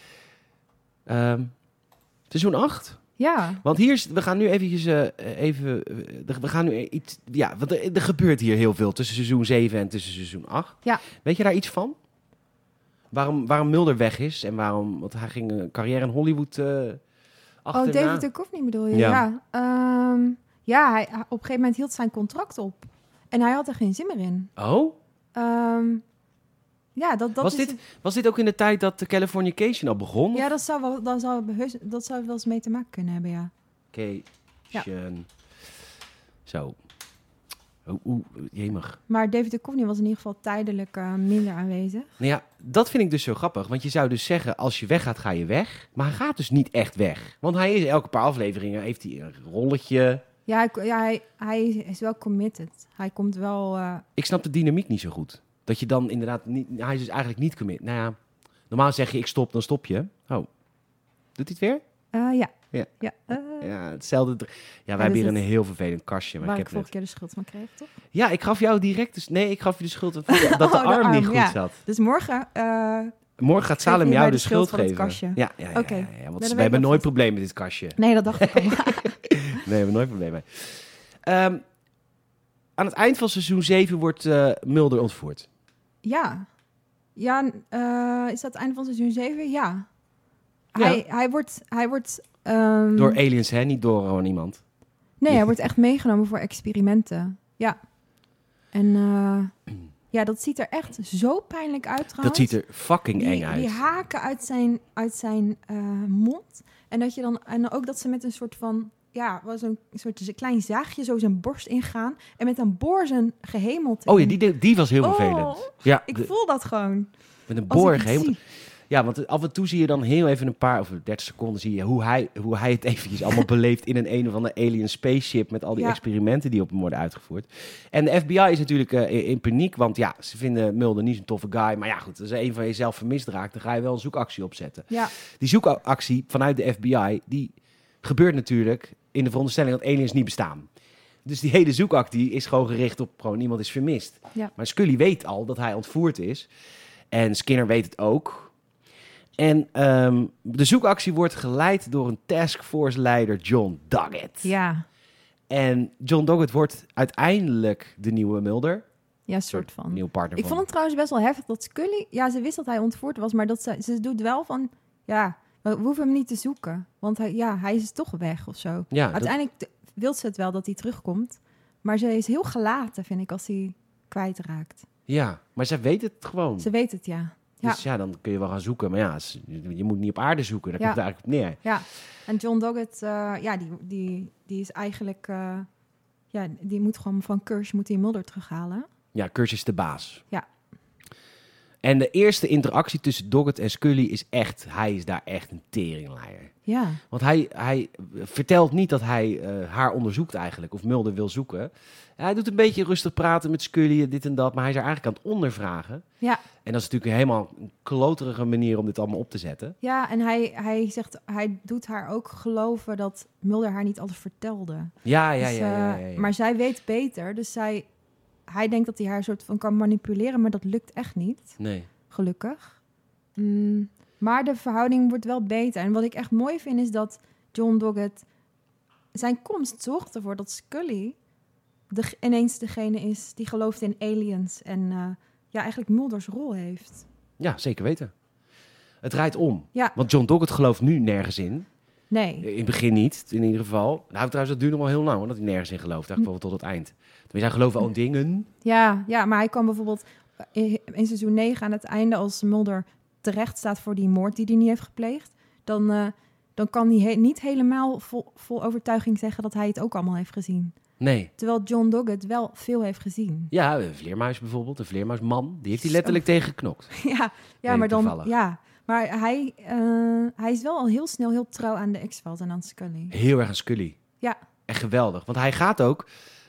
Seizoen 8? Ja. Want we gaan nu eventjes we gaan nu iets... Ja, want er gebeurt hier heel veel tussen seizoen 7 en tussen seizoen 8. Ja. Weet je daar iets van? Waarom Mulder weg is en waarom... Want hij ging een carrière in Hollywood achterna. Oh, David Duchovny bedoel je? Ja. Hij op een gegeven moment hield zijn contract op. En hij had er geen zin meer in. Oh? Ja, was dit ook in de tijd dat de Californication al begon? Ja, dat zou wel eens mee te maken kunnen hebben, ja. Cation. Ja. Zo. Jemig. Maar David Duchovny was in ieder geval tijdelijk minder aanwezig. Nou ja, dat vind ik dus zo grappig. Want je zou dus zeggen, als je weggaat, ga je weg. Maar hij gaat dus niet echt weg. Want hij is elke paar afleveringen, heeft hij een rolletje. Ja, hij is wel committed. Hij komt wel... Ik snap de dynamiek niet zo goed. Dat je dan inderdaad niet... Hij is dus eigenlijk niet committed. Nou ja, normaal zeg je, ik stop, dan stop je. Oh. Doet hij het weer? Ja. Ja, hetzelfde. Ja, wij hebben hier een heel vervelend kastje. Maar waar ik vorige keer de schuld van kreeg, toch? Ja, ik gaf jou direct... ik gaf je de schuld dat de arm niet goed zat. Dus morgen... Morgen gaat Salem jou de schuld van geven. Het kastje. Ja, want we hebben nooit probleem met dit kastje. Nee, dat dacht ik al. Nee, we hebben nooit probleem mee. aan het eind van seizoen 7 wordt Mulder ontvoerd. Ja. Ja, is dat het einde van seizoen 7? Ja. Hij wordt door aliens, hè? Niet door gewoon iemand. Nee, hij wordt echt meegenomen voor experimenten. Ja. En dat ziet er echt zo pijnlijk uit trouwens. Dat ziet er fucking eng uit. Die haken uit zijn mond. En dat je dan ook dat ze met een soort van zo'n soort klein zaagje zo zijn borst ingaan en met een boor zijn gehemelte. Oh ja, die was heel vervelend. Ja, ik voel dat gewoon. Met een boor gehemelte. Ja, want af en toe zie je dan heel even een paar, of 30 seconden zie je hoe hij het eventjes allemaal beleeft in een of andere alien spaceship met al die experimenten die op hem worden uitgevoerd. En de FBI is natuurlijk in paniek, want ja, ze vinden Mulder niet zo'n toffe guy. Maar ja, goed, als er een van jezelf vermist raakt, dan ga je wel een zoekactie opzetten. Ja. Die zoekactie vanuit de FBI, die gebeurt natuurlijk in de veronderstelling dat aliens niet bestaan. Dus die hele zoekactie is gewoon gericht op gewoon iemand is vermist. Ja. Maar Scully weet al dat hij ontvoerd is. En Skinner weet het ook. En de zoekactie wordt geleid door een taskforce-leider, John Doggett. Ja. En John Doggett wordt uiteindelijk de nieuwe Mulder. Ja, soort van. Nieuwe partner. Ik vond het trouwens best wel heftig dat Scully... Ja, ze wist dat hij ontvoerd was, maar dat ze doet wel van... Ja, we hoeven hem niet te zoeken. Want hij is toch weg of zo. Ja, uiteindelijk wil ze het wel dat hij terugkomt. Maar ze is heel gelaten, vind ik, als hij kwijtraakt. Ja, maar ze weet het gewoon. Ze weet het, ja. Dus ja, dan kun je wel gaan zoeken. Maar ja, je moet niet op aarde zoeken. Daar komt het eigenlijk op neer. Ja, en John Doggett, die is eigenlijk... die moet gewoon van Kirsch Mulder terughalen. Ja, Kirsch is de baas. Ja. En de eerste interactie tussen Doggett en Scully is echt... Hij is daar echt een teringleier. Ja. Want hij vertelt niet dat hij haar onderzoekt eigenlijk. Of Mulder wil zoeken. Hij doet een beetje rustig praten met Scully, dit en dat. Maar hij is er eigenlijk aan het ondervragen. Ja. En dat is natuurlijk helemaal een kloterige manier om dit allemaal op te zetten. Ja, en hij zegt, hij doet haar ook geloven dat Mulder haar niet alles vertelde. Ja. Maar zij weet beter, dus hij denkt dat hij haar soort van kan manipuleren, maar dat lukt echt niet. Nee. Gelukkig. Maar de verhouding wordt wel beter. En wat ik echt mooi vind is dat John Doggett... Zijn komst zorgt ervoor dat Scully ineens degene is die gelooft in aliens. En eigenlijk Mulders rol heeft. Ja, zeker weten. Het draait om. Ja. Want John Doggett gelooft nu nergens in. Nee. In het begin niet, in ieder geval. Nou, trouwens, dat duurt nog wel heel lang, hoor, dat hij nergens in gelooft. Eigenlijk wel tot het eind. Tenminste, hij gelooft wel in dingen. Ja, maar hij kan bijvoorbeeld in seizoen 9 aan het einde, als Mulder terecht staat voor die moord die hij niet heeft gepleegd, dan kan hij niet helemaal vol overtuiging zeggen dat hij het ook allemaal heeft gezien. Nee. Terwijl John Doggett wel veel heeft gezien. Ja, een vleermuis bijvoorbeeld, een vleermuisman, die heeft hij letterlijk tegengeknokt. Ja, maar dan... Toevallig. Ja, maar hij is wel al heel snel heel trouw aan de X-Files en aan Scully. Heel erg aan Scully. Ja. Echt geweldig, want hij gaat ook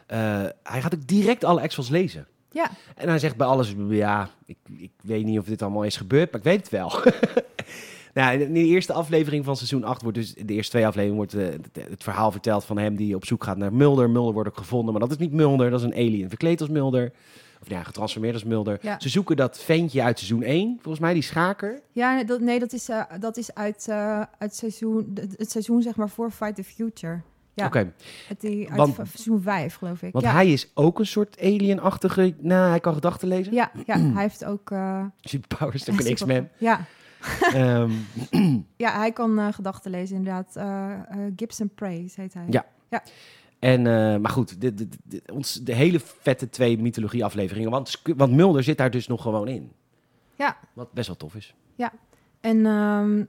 direct alle X-Files lezen. Ja. En hij zegt bij alles, ja, ik weet niet of dit allemaal is gebeurd, maar ik weet het wel. Nou, in de eerste aflevering van seizoen 8 wordt dus... De eerste 2 afleveringen wordt het verhaal verteld van hem die op zoek gaat naar Mulder. Mulder wordt ook gevonden, maar dat is niet Mulder, dat is een alien. Verkleed als Mulder. Of ja, getransformeerd als Mulder. Ja. Ze zoeken dat ventje uit seizoen 1, volgens mij, die schaker. Ja, dat is uit het seizoen zeg maar voor Fight the Future. Ja, oké. Uit seizoen 5, geloof ik. Want hij is ook een soort alien-achtige... Nou, hij kan gedachten lezen. Ja, hij heeft ook... Superpowers, ook een X-Men. Ja. Ja, hij kan gedachten lezen, inderdaad. Gibson Praise heet hij. Ja. En, maar goed, de hele vette 2 mythologie-afleveringen. Want Mulder zit daar dus nog gewoon in. Ja. Wat best wel tof is. Ja. En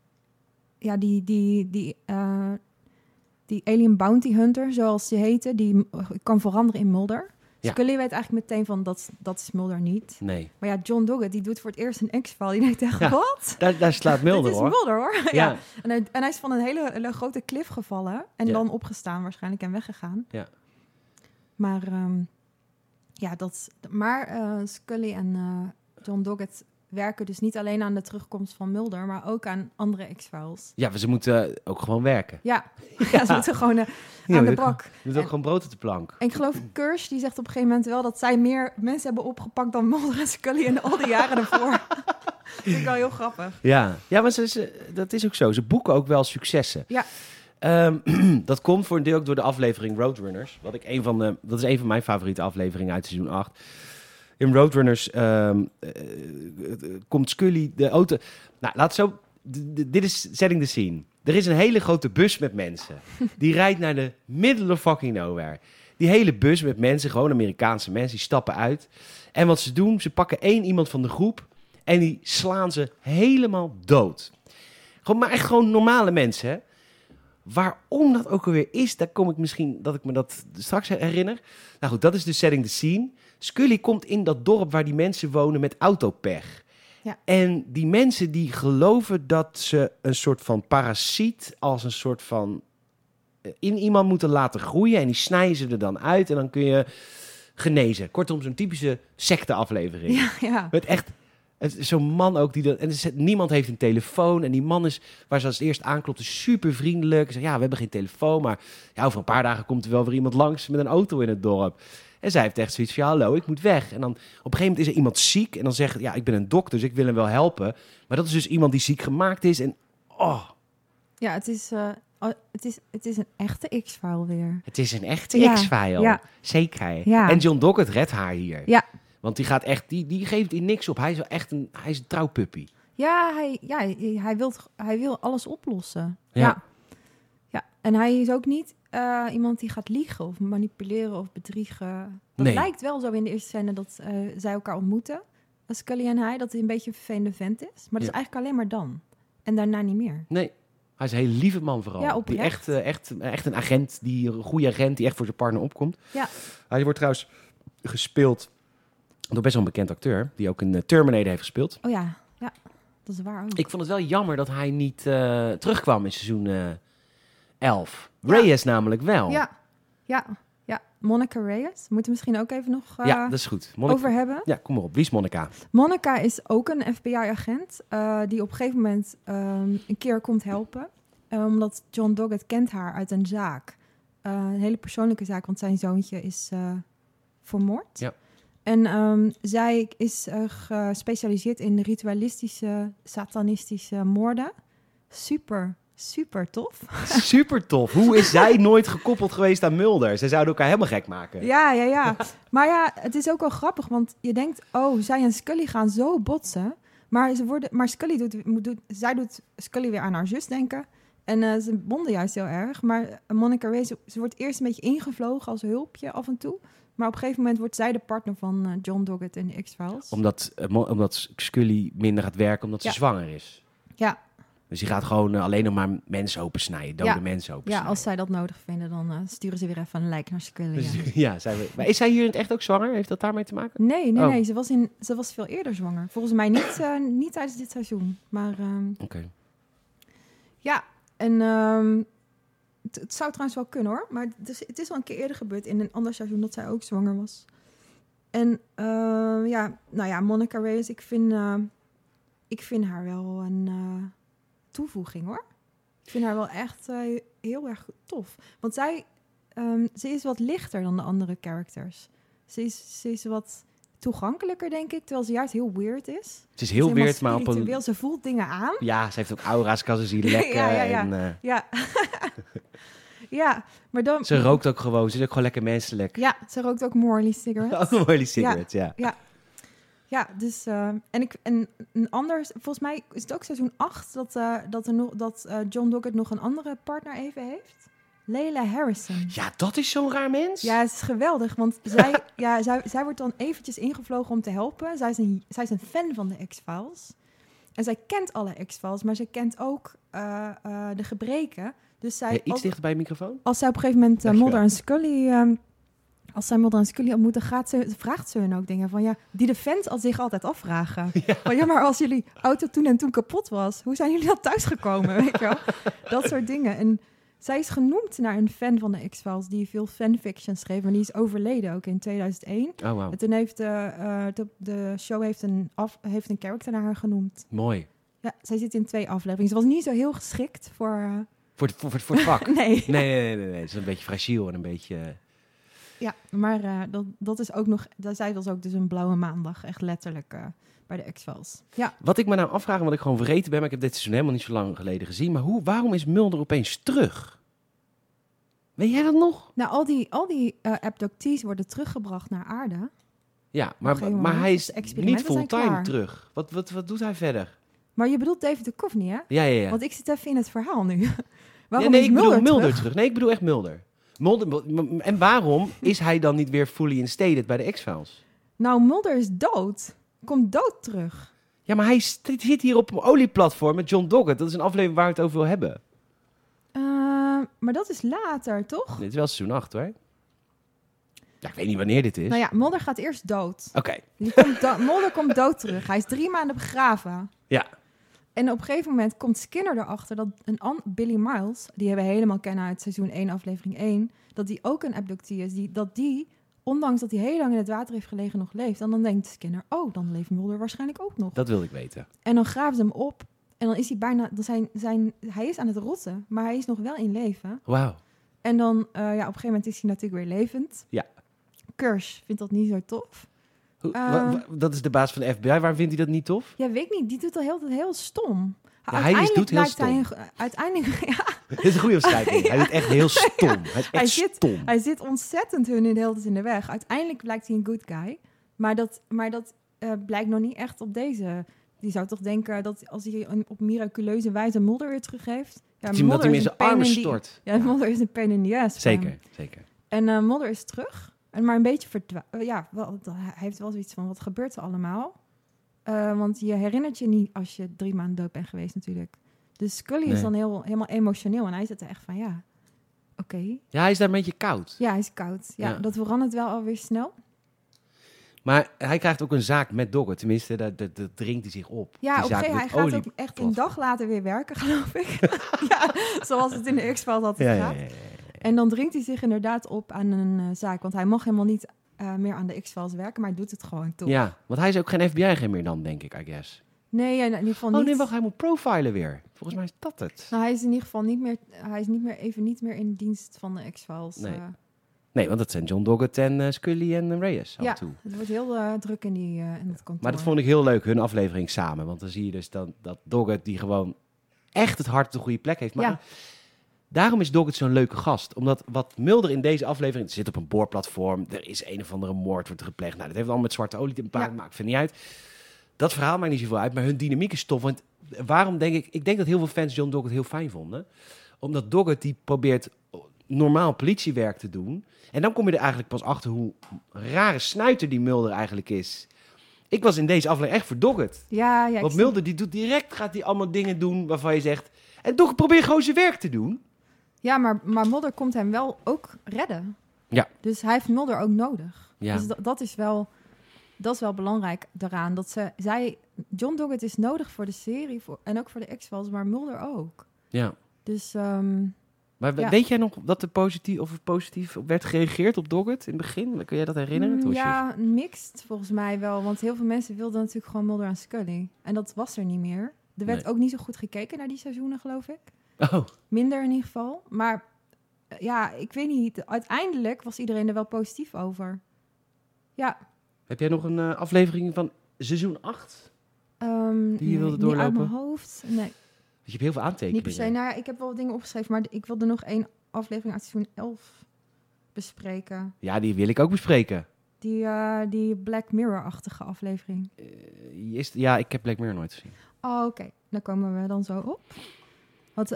die Alien Bounty Hunter, zoals die heette, die kan veranderen in Mulder. Ja. Scully weet eigenlijk meteen van, dat is Mulder niet. Nee. Maar ja, John Doggett, die doet voor het eerst een X-File. Die denkt echt, wat? Daar slaat Mulder, hoor. Dat is Mulder, hoor. Ja. En hij is van een hele grote klif gevallen. En dan opgestaan waarschijnlijk en weggegaan. Ja. Maar, Scully en John Doggett werken dus niet alleen aan de terugkomst van Mulder, maar ook aan andere X-Files. Ja, ze moeten ook gewoon werken. Ja, ze moeten gewoon aan de bak. Ze moeten ook gewoon brood op de plank. En ik geloof Kirsch, die zegt op een gegeven moment wel dat zij meer mensen hebben opgepakt dan Mulder en Scully in al die jaren ervoor. Dat vind ik wel heel grappig. Ja, maar dat is ook zo. Ze boeken ook wel successen. Ja. Dat komt voor een deel ook door de aflevering Roadrunners. Dat is een van mijn favoriete afleveringen uit seizoen 8. In Roadrunners komt Scully de auto... Nou, laat zo... Dit is setting the scene. Er is een hele grote bus met mensen. Die rijdt naar de middle of fucking nowhere. Die hele bus met mensen, gewoon Amerikaanse mensen, die stappen uit. En wat ze doen, ze pakken 1 iemand van de groep en die slaan ze helemaal dood. Maar echt gewoon normale mensen, hè. Waarom dat ook alweer is, daar kom ik misschien dat ik me dat straks herinner. Nou goed, dat is dus setting the scene. Scully komt in dat dorp waar die mensen wonen met autopech. Ja. En die mensen die geloven dat ze een soort van parasiet als een soort van in iemand moeten laten groeien. En die snijden ze er dan uit en dan kun je genezen. Kortom, zo'n typische secte-aflevering. Ja. Met echt zo'n man ook. Niemand heeft een telefoon. En die man is, waar ze als het eerst aanklopt, is super vriendelijk. Ze zegt, ja, we hebben geen telefoon. Maar ja, over een paar dagen komt er wel weer iemand langs met een auto in het dorp. En zij heeft echt zoiets van, hallo, ik moet weg. En dan op een gegeven moment is er iemand ziek. En dan zegt, ja, ik ben een dokter, dus ik wil hem wel helpen. Maar dat is dus iemand die ziek gemaakt is. En Ja, het is een echte X-file weer. Het is een echte X-file. Ja. Zeker. Ja. En John Doggett redt haar hier. Ja. Want die gaat echt, die geeft hier niks op. Hij is wel echt hij is een trouwpuppy. Ja, hij wil alles oplossen. Ja. En hij is ook niet iemand die gaat liegen of manipuleren of bedriegen. Dat lijkt wel zo in de eerste scène dat zij elkaar ontmoeten. Scully en hij, dat hij een beetje een vervelende vent is. Maar dat is eigenlijk alleen maar dan. En daarna niet meer. Nee, hij is een hele lieve man vooral. Ja, die echt een agent, een goede agent die echt voor zijn partner opkomt. Ja. Hij wordt trouwens gespeeld door best wel een bekend acteur, die ook een Terminator heeft gespeeld. Oh ja, dat is waar ook. Ik vond het wel jammer dat hij niet terugkwam in seizoen 11. Reyes namelijk wel. Ja. Monica Reyes. Moeten we misschien ook even nog dat is goed. over hebben. Ja, kom maar op. Wie is Monica? Monica is ook een FBI-agent die op een gegeven moment een keer komt helpen. Omdat John Doggett kent haar uit een zaak. Een hele persoonlijke zaak, want zijn zoontje is vermoord. Ja. En zij is gespecialiseerd in ritualistische, satanistische moorden. Super tof. Super tof. Hoe is zij nooit gekoppeld geweest aan Mulder? Ze zouden elkaar helemaal gek maken. Ja. Maar ja, het is ook wel grappig, want je denkt, zij en Scully gaan zo botsen. Maar Scully doet Scully weer aan haar zus denken. En ze bonden juist heel erg. Maar Monica Reyes, ze wordt eerst een beetje ingevlogen als hulpje af en toe. Maar op een gegeven moment wordt zij de partner van John Doggett in de X-Files. Omdat Scully minder gaat werken omdat ze zwanger is. Ja. Dus die gaat gewoon alleen nog maar mensen opensnijden, dode mensen opensnijden. Ja, als zij dat nodig vinden, dan sturen ze weer even een lijk naar Scully. Dus, maar is zij hier in het echt ook zwanger? Heeft dat daarmee te maken? Nee. Ze was veel eerder zwanger. Volgens mij niet tijdens dit seizoen. Maar Oké. Ja, en het zou trouwens wel kunnen hoor. Maar het is al een keer eerder gebeurd in een ander seizoen dat zij ook zwanger was. En Monica Reyes, ik vind haar wel een toevoeging hoor. Ik vind haar wel echt heel erg tof. Want ze is wat lichter dan de andere characters. Ze is wat toegankelijker, denk ik. Terwijl ze juist heel weird is. Ze is heel weird, maar op een... Ze voelt dingen aan. Ja, ze heeft ook aura's, kan ze zien lekken. Ja, maar dan... Ze rookt ook gewoon. Ze is ook gewoon lekker menselijk. Ja, ze rookt ook Morley cigarettes. Ook Morley cigarettes, ja. Ja, dus... En een ander... Volgens mij is het ook seizoen 8 dat John Doggett nog een andere partner even heeft. Layla Harrison. Ja, dat is zo'n raar mens. Ja, het is geweldig, want zij wordt dan eventjes ingevlogen om te helpen. Zij is een fan van de X-Files. En zij kent alle X-Files, maar zij kent ook de gebreken. Dus zij, iets dichter bij de microfoon? Als zij op een gegeven moment Mulder en Scully... Als zij Mulder en Scully ontmoeten, vraagt ze hun ook dingen van... Ja, die de fans al zich altijd afvragen. Ja. Maar als jullie auto toen en toen kapot was... Hoe zijn jullie dan thuisgekomen, weet je wel? Dat soort dingen. En zij is genoemd naar een fan van de X-Files... die veel fanfiction schreef. En die is overleden ook in 2001. Oh, wow. En toen heeft de show heeft een character naar haar genoemd. Mooi. Ja, zij zit in 2 afleveringen. Ze was niet zo heel geschikt voor... Voor het vak? Nee. Nee. Het is een beetje fragiel en een beetje... Ja, maar dat is ook nog... Zij was ook dus een blauwe maandag. Echt letterlijk bij de X-Files. Ja. Wat ik me nou afvraag, wat ik gewoon vergeten ben... maar ik heb dit seizoen helemaal niet zo lang geleden gezien... maar waarom is Mulder opeens terug? Weet jij dat nog? Nou, al die abductees worden teruggebracht naar aarde. Ja, maar hij is niet fulltime terug. Wat doet hij verder? Maar je bedoelt David Duchovny, hè? Ja. Want ik zit even in het verhaal nu. Waarom nee, is ik bedoel Mulder terug? Nee, ik bedoel echt Mulder. En waarom is hij dan niet weer fully instated bij de X-Files? Nou, Mulder is dood. Komt dood terug. Ja, maar hij zit hier op een olieplatform met John Doggett. Dat is een aflevering waar we het over wil hebben. Maar dat is later, toch? Dit is wel seizoen 8, hoor. Ja, ik weet niet wanneer dit is. Nou ja, Mulder gaat eerst dood. Oké. Mulder komt dood terug. Hij is 3 maanden begraven. Ja. En op een gegeven moment komt Skinner erachter dat Billy Miles, die we helemaal kennen uit seizoen 1, aflevering 1, dat die ook een abductee is. Ondanks dat hij heel lang in het water heeft gelegen, nog leeft. En dan denkt Skinner, dan leeft Mulder waarschijnlijk ook nog. Dat wilde ik weten. En dan graven ze hem op. En dan is hij bijna... hij is aan het rotten, maar hij is nog wel in leven. Wauw. En dan, op een gegeven moment is hij natuurlijk weer levend. Ja. Kirsch vindt dat niet zo tof. Dat is de baas van de FBI. Waarom vindt hij dat niet tof? Ja, weet ik niet. Die doet al heel stom. Ja, hij doet heel stom. Uiteindelijk, ja. Dat is een goede omschrijving. Ja. Hij doet echt heel stom. Hij is echt stom. Hij zit ontzettend hun in de hele tijd in de weg. Uiteindelijk blijkt hij een good guy. Maar dat blijkt nog niet echt op deze... Die zou toch denken dat als hij op miraculeuze wijze Mulder weer teruggeeft... Ja, dat hij hem in zijn armen stort. Ja, Mulder is een pain in the ass. Zeker. En Mulder is terug. Maar een beetje hij heeft wel zoiets van, wat gebeurt er allemaal? Want je herinnert je niet als je 3 maanden dood bent geweest natuurlijk. Dus Scully is dan helemaal emotioneel. En hij zit er echt van, oké. Ja, hij is daar een beetje koud. Ja, hij is koud. Ja. Dat verandert wel alweer snel. Maar hij krijgt ook een zaak met Doggett. Tenminste, daar dringt hij zich op. Ja, op hij gaat ook echt een dag later weer werken, geloof ik. Ja, zoals het in de X-Files altijd gaat. Ja. En dan dringt hij zich inderdaad op aan een zaak. Want hij mag helemaal niet meer aan de X-Files werken, maar hij doet het gewoon toch. Ja, want hij is ook geen FBI-agent meer dan, denk ik, I guess. Nee, in ieder geval niet. Oh nee, wacht, hij moet profilen weer. Volgens mij is dat het. Nou, hij is in ieder geval niet meer in dienst van de X-Files. Nee, want dat zijn John Doggett en Scully en Reyes af en toe. Het wordt heel druk in het kantoor. Maar dat vond ik heel leuk, hun aflevering samen. Want dan zie je dus dat Doggett die gewoon echt het hart op de goede plek heeft. Maar daarom is Doggett zo'n leuke gast. Omdat wat Mulder in deze aflevering... zit op een boorplatform, er is een of andere moord wordt gepleegd. Nou, dat heeft allemaal met zwarte olie te maken, maakt niet uit. Dat verhaal maakt niet zoveel uit, maar hun dynamiek is tof. Want waarom denk ik... Ik denk dat heel veel fans John Doggett heel fijn vonden. Omdat Doggett die probeert normaal politiewerk te doen. En dan kom je er eigenlijk pas achter hoe rare snuiter die Mulder eigenlijk is. Ik was in deze aflevering echt voor Doggett. Ja, want Mulder die doet direct, gaat hij allemaal dingen doen waarvan je zegt... En Doggett probeert gewoon zijn werk te doen. Ja, maar Mulder komt hem wel ook redden. Ja. Dus hij heeft Mulder ook nodig. Ja. Dus dat is wel belangrijk daaraan. Dat John Doggett is nodig voor de serie en ook voor de X-Files, maar Mulder ook. Ja. Dus... maar weet jij nog dat er positief op werd gereageerd op Doggett in het begin? Kun jij dat herinneren? Ja, mixed volgens mij wel. Want heel veel mensen wilden natuurlijk gewoon Mulder en Scully. En dat was er niet meer. Er werd ook niet zo goed gekeken naar die seizoenen, geloof ik. Oh. Minder in ieder geval. Maar ik weet niet. Uiteindelijk was iedereen er wel positief over. Ja. Heb jij nog een aflevering van seizoen 8? Die je wilde doorlopen? Niet uit mijn hoofd. Nee. Je hebt heel veel aantekeningen. Niet per se. Nou, ik heb wel dingen opgeschreven, maar ik wilde nog 1 aflevering uit seizoen 11 bespreken. Ja, die wil ik ook bespreken. Die Black Mirror-achtige aflevering. Ik heb Black Mirror nooit gezien. Oh, oké. Daar komen we dan zo op. Want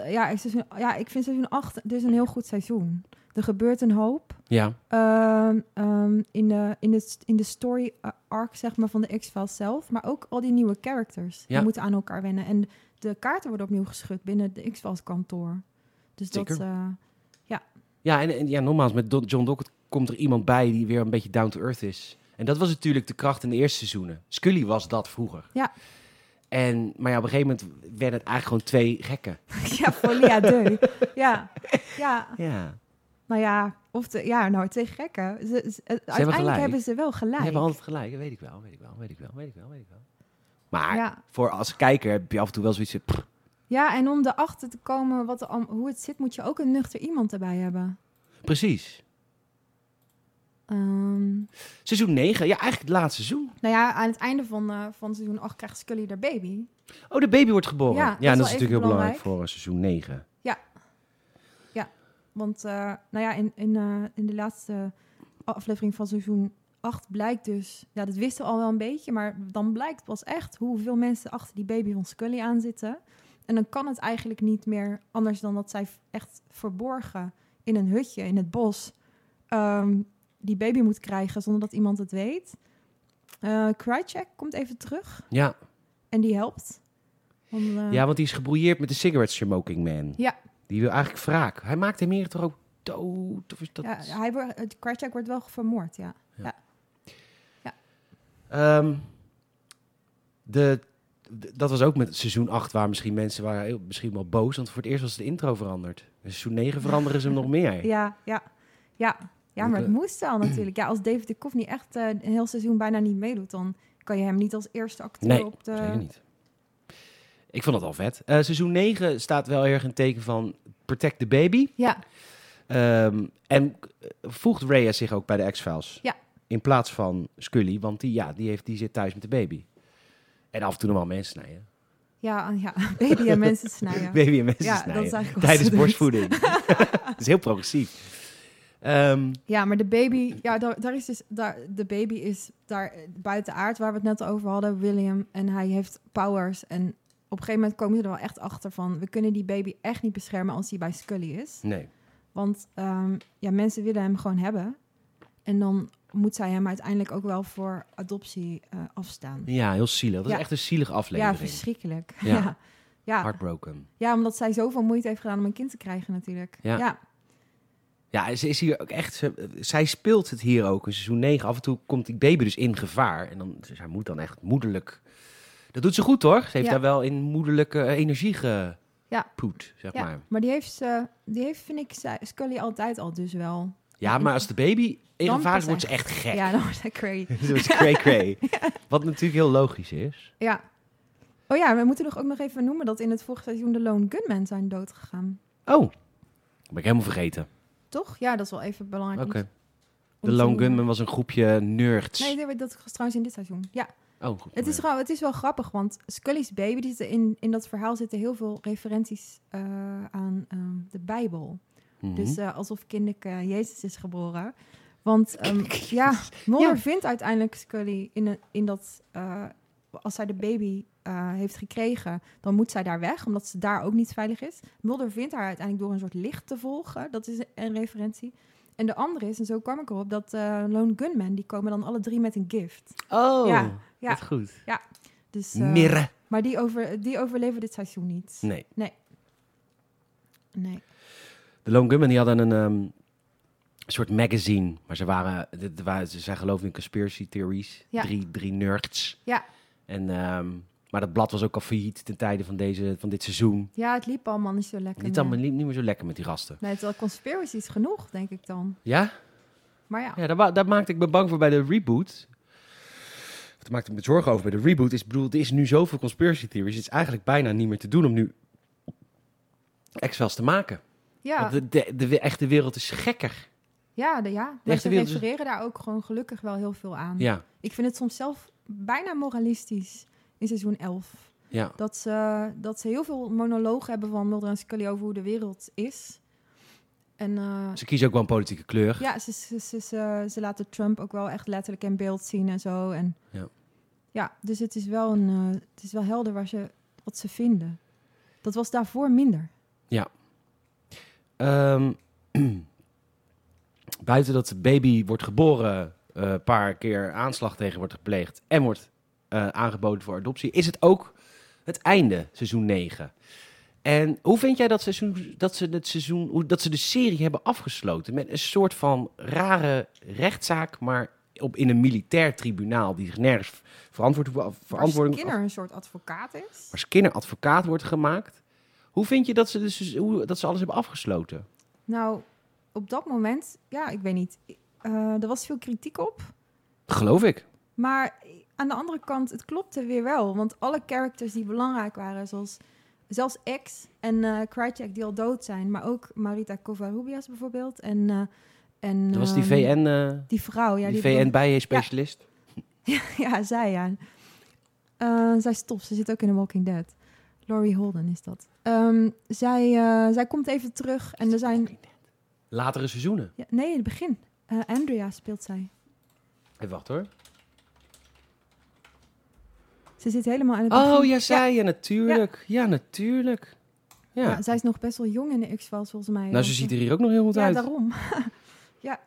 ik vind seizoen 8 dus een heel goed seizoen. Er gebeurt een hoop. Ja. In de story arc, zeg maar, van de X-Files zelf. Maar ook al die nieuwe characters. Die moeten aan elkaar wennen. En de kaarten worden opnieuw geschud binnen de X-Files kantoor. Dus zeker. Ja, en nogmaals, met John Doggett komt er iemand bij die weer een beetje down to earth is. En dat was natuurlijk de kracht in de eerste seizoenen. Scully was dat vroeger. Ja. Maar op een gegeven moment werden het eigenlijk gewoon 2 gekken. Ja, folie à deux. Ja. Nou ja, 2 gekken. Uiteindelijk hebben ze wel gelijk. Ze hebben altijd gelijk, weet ik wel. Maar voor als kijker heb je af en toe wel zoiets... Ja, en om erachter te komen hoe het zit, moet je ook een nuchter iemand erbij hebben. Precies. Seizoen 9, eigenlijk het laatste seizoen. Nou ja, aan het einde van seizoen 8 krijgt Scully haar baby. Oh, de baby wordt geboren. Ja, dat is natuurlijk heel belangrijk voor seizoen 9. Ja. Want in de laatste aflevering van seizoen 8 blijkt dus... Ja, dat wisten we al wel een beetje, maar dan blijkt pas echt hoeveel mensen achter die baby van Scully aan zitten. En dan kan het eigenlijk niet meer anders dan dat zij echt verborgen in een hutje in het bos die baby moet krijgen zonder dat iemand het weet. Krycek komt even terug. Ja. En die helpt. Want die is gebrouilleerd met de cigarette smoking man. Ja. Die wil eigenlijk wraak. Hij maakt hem hier toch ook dood? Of is dat... Ja, Krycek wordt wel vermoord, ja. Dat was ook met seizoen 8, waar misschien mensen waren misschien wel boos, want voor het eerst was de intro veranderd. In seizoen 9 veranderen ze hem nog meer. Ja, maar het moest wel natuurlijk. Ja, als David Duchovny echt een heel seizoen bijna niet meedoet, dan kan je hem niet als eerste acteur op de... Nee, zeker niet. Ik vond het al vet. Seizoen 9 staat wel erg in teken van protect the baby. Ja. En voegt Rhea zich ook bij de X-Files. Ja. In plaats van Scully, want die zit thuis met de baby. En af en toe nog wel mensen snijden. Ja, baby en mensen snijden. Baby en mensen snijden. Dat is eigenlijk tijdens borstvoeding. Dat is heel progressief. Ja, maar de baby... Ja, de baby is daar buiten aard, waar we het net over hadden, William. En hij heeft powers. En op een gegeven moment komen ze er wel echt achter van... we kunnen die baby echt niet beschermen als hij bij Scully is. Nee. Want mensen willen hem gewoon hebben. En dan moet zij hem uiteindelijk ook wel voor adoptie afstaan. Ja, heel zielig. Dat is echt een zielige aflevering. Ja, verschrikkelijk. Ja. Ja. Heartbroken. Ja, omdat zij zoveel moeite heeft gedaan om een kind te krijgen natuurlijk. Ja, ze is hier ook echt... Zij speelt het hier ook in seizoen 9. Af en toe komt die baby dus in gevaar. En dan, zij moet dan echt moederlijk... Dat doet ze goed, hoor. Ze heeft daar wel in moederlijke energie gepoet, zeg maar. Maar die heeft, vind ik, Scully altijd al dus wel. Ja, maar als de baby in gevaar is, wordt ze echt gek. Ja, dan wordt ze cray. Dan wordt ze cray. Wat natuurlijk heel logisch is. Ja. Oh ja, we moeten ook nog even noemen dat in het vorige seizoen de Lone Gunmen zijn doodgegaan. Oh, dat ben ik helemaal vergeten. Toch? Ja, dat is wel even belangrijk. Oké. De Lone Gunmen was een groepje nerds. Nee, dat was trouwens in dit seizoen. Ja. Oh, goed. Het is wel grappig, want Scully's baby, die zit in dat verhaal zitten heel veel referenties aan de Bijbel. Mm-hmm. Dus alsof kinderke Jezus is geboren. Want Mulder vindt uiteindelijk Scully in dat... als zij de baby heeft gekregen, dan moet zij daar weg, omdat ze daar ook niet veilig is. Mulder vindt haar uiteindelijk door een soort licht te volgen. Dat is een referentie. En de andere is, en zo kwam ik erop, dat Lone Gunmen, die komen dan alle 3 met een gift. Oh, ja. Wat goed. Ja, dus... Mirre. Maar die overleven dit seizoen niet. Nee. De Lone Gunmen, die hadden een soort magazine, maar ze zijn geloof in conspiracy theories. Ja. Drie nerds. Ja. En, maar dat blad was ook al failliet ten tijde van dit seizoen. Ja, het liep allemaal niet zo lekker. Het liep niet meer zo lekker met die gasten. Nee, het is wel conspiracies genoeg, denk ik dan. Ja? Maar ja. Ja, daar maakte ik me bang voor bij de reboot. Daar maakte ik me zorgen over bij de reboot. Er is nu zoveel conspiracy theories. Het is eigenlijk bijna niet meer te doen om nu X-Files te maken. Ja. Want de echte wereld is gekker. Ja, maar ze refereren daar ook gewoon gelukkig wel heel veel aan. Ja. Ik vind het soms zelf bijna moralistisch in seizoen 11. Ja. Dat ze heel veel monologen hebben van Mulder en Scully over hoe de wereld is. En, ze kiezen ook wel een politieke kleur. Ja, ze laten Trump ook wel echt letterlijk in beeld zien en zo. En, ja, dus het is wel helder wat ze vinden. Dat was daarvoor minder. Ja. Buiten dat de baby wordt geboren, een paar keer aanslag tegen wordt gepleegd en wordt aangeboden voor adoptie, is het ook het einde, seizoen 9. En hoe vind jij dat ze de serie hebben afgesloten met een soort van rare rechtszaak, maar in een militair tribunaal die zich nergens verantwoording... Waar Skinner een soort advocaat is. Waar Skinner advocaat wordt gemaakt. Hoe vind je dat ze alles hebben afgesloten? Nou, op dat moment, ja, ik weet niet. Er was veel kritiek op. Geloof ik. Maar aan de andere kant, het klopte weer wel. Want alle characters die belangrijk waren, zoals zelfs X en Krycek die al dood zijn, maar ook Marita Covarrubias bijvoorbeeld. En dat was die VN... die vrouw, ja. Die VN-bijspecialist. Ja, zij, ja. Zij is tof, ze zit ook in The Walking Dead. Laurie Holden is dat. Zij komt even terug en er zijn... Latere seizoenen? Ja, nee, in het begin. Andrea speelt zij. Even wacht hoor. Ze zit helemaal aan het begin. Oh, ja, zij. Ja, natuurlijk. Ja, natuurlijk. Ja. Zij is nog best wel jong in de X-Files, volgens mij. Nou, ze ziet er hier ook nog heel goed uit. Ja, daarom. Ja.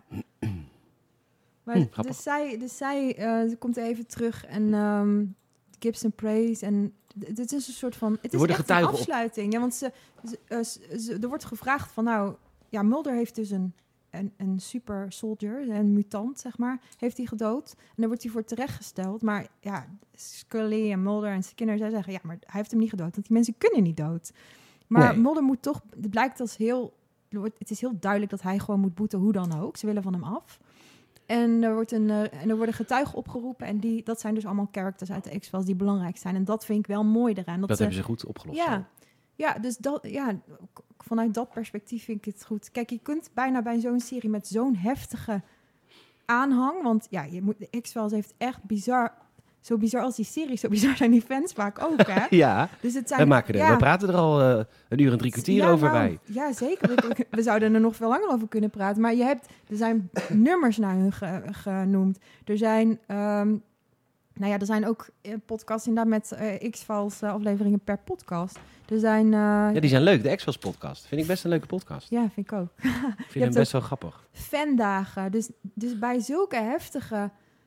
Maar, dus zij ze komt even terug en Gibson Praise en dit is een soort van... Het is echt een afsluiting. Ja, want er wordt gevraagd van nou... Ja, Mulder heeft dus een super soldier, een mutant, zeg maar, heeft hij gedood. En daar wordt hij voor terechtgesteld. Maar ja, Scully en Mulder en Skinner, zij zeggen... Ja, maar hij heeft hem niet gedood, want die mensen kunnen niet dood. Maar Mulder moet toch... Het blijkt als heel... Het is heel duidelijk dat hij gewoon moet boeten, hoe dan ook. Ze willen van hem af. En er worden getuigen opgeroepen. En dat zijn dus allemaal characters uit de X-Files die belangrijk zijn. En dat vind ik wel mooi eraan. Dat hebben ze goed opgelost. Ja, dus vanuit dat perspectief vind ik het goed. Kijk, je kunt bijna bij zo'n serie met zo'n heftige aanhang... Want ja, de X-Files heeft echt bizar... Zo bizar als die serie, zo bizar zijn die fans vaak ook, hè? Ja, dus het zijn, we praten er al 1 uur en 3 kwartier over bij. Ja, zeker. We zouden er nog veel langer over kunnen praten. Maar er zijn nummers naar hun genoemd. Er zijn... er zijn ook podcasts inderdaad met X-Files afleveringen per podcast. Er zijn... die zijn leuk. De X-Files podcast. Vind ik best een leuke podcast. Ja, vind ik ook. Ik vind hem best wel grappig. Fandagen. Dus bij zulke heftige...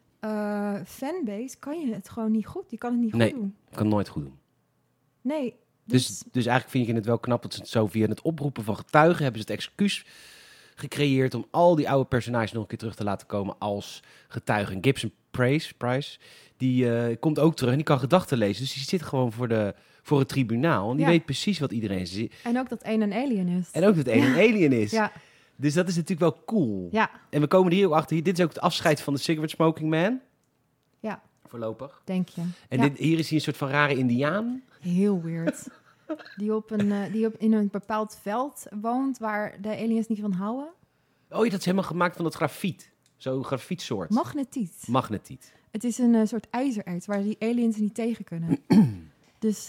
fanbase kan je het gewoon niet goed. Je kan het niet goed doen. Nee, ik kan het nooit goed doen. Nee. Dus eigenlijk vind ik het wel knap dat ze het zo via het oproepen van getuigen hebben ze het excuus gecreëerd om al die oude personages nog een keer terug te laten komen als getuigen. Gibson Price, die komt ook terug en die kan gedachten lezen. Dus die zit gewoon voor het tribunaal en die weet precies wat iedereen ziet. En ook dat één een alien is. Een alien is. Ja. Dus dat is natuurlijk wel cool. Ja. En we komen er hier ook achter. Dit is ook het afscheid van de Cigarette Smoking Man. Ja. Voorlopig. Denk je. En hier is hij een soort van rare indiaan. Heel weird. die in een bepaald veld woont waar de aliens niet van houden. Oh ja, dat is helemaal gemaakt van dat grafiet. Zo'n grafietsoort. Magnetiet. Het is een soort ijzererts waar die aliens niet tegen kunnen. Dus...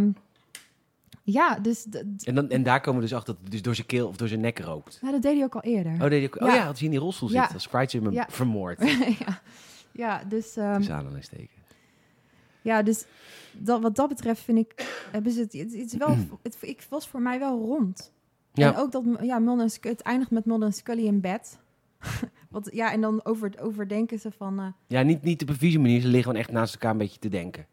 En daar komen we dus achter dat het dus door zijn keel of door zijn nek rookt. Nou, dat deed hij ook al eerder. Oh, had hij in die rolstoel zitten. Als Crytek hem vermoord. Dus... Dus aanhalingstekens. Ja, dus wat dat betreft vind ik... Het was voor mij wel rond. Ja. En ook dat het eindigt met Mulder en Scully in bed. En dan overdenken ze van... niet op een vieze manier. Ze liggen gewoon echt naast elkaar een beetje te denken.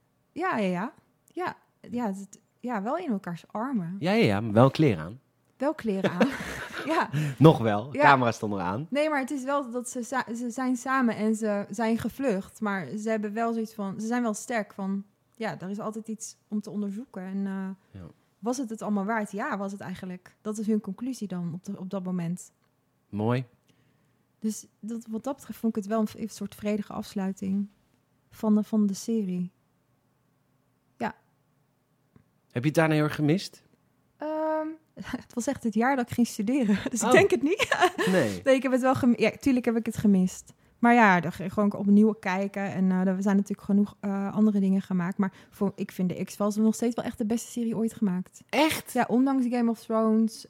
Ja, wel in elkaars armen. Ja, maar wel kleren aan. Wel kleren aan, ja. Nog wel, de camera stond eraan. Nee, maar het is wel dat ze zijn samen en ze zijn gevlucht. Maar ze hebben wel zoiets van, ze zijn wel sterk van... Ja, er is altijd iets om te onderzoeken. En was het allemaal waard? Ja, was het eigenlijk. Dat is hun conclusie dan op dat moment. Mooi. Dus wat dat betreft vond ik het wel een soort vredige afsluiting van de serie. Ja. Heb je het daarna heel erg gemist? Het was echt het jaar dat ik ging studeren. Dus ik denk het niet. Nee, ik heb het wel gemist. Ja, tuurlijk heb ik het gemist. Maar ja, dan gewoon opnieuw kijken. En er zijn natuurlijk genoeg andere dingen gemaakt. Maar ik vind de X-Files nog steeds wel echt de beste serie ooit gemaakt. Echt? Ja, ondanks Game of Thrones.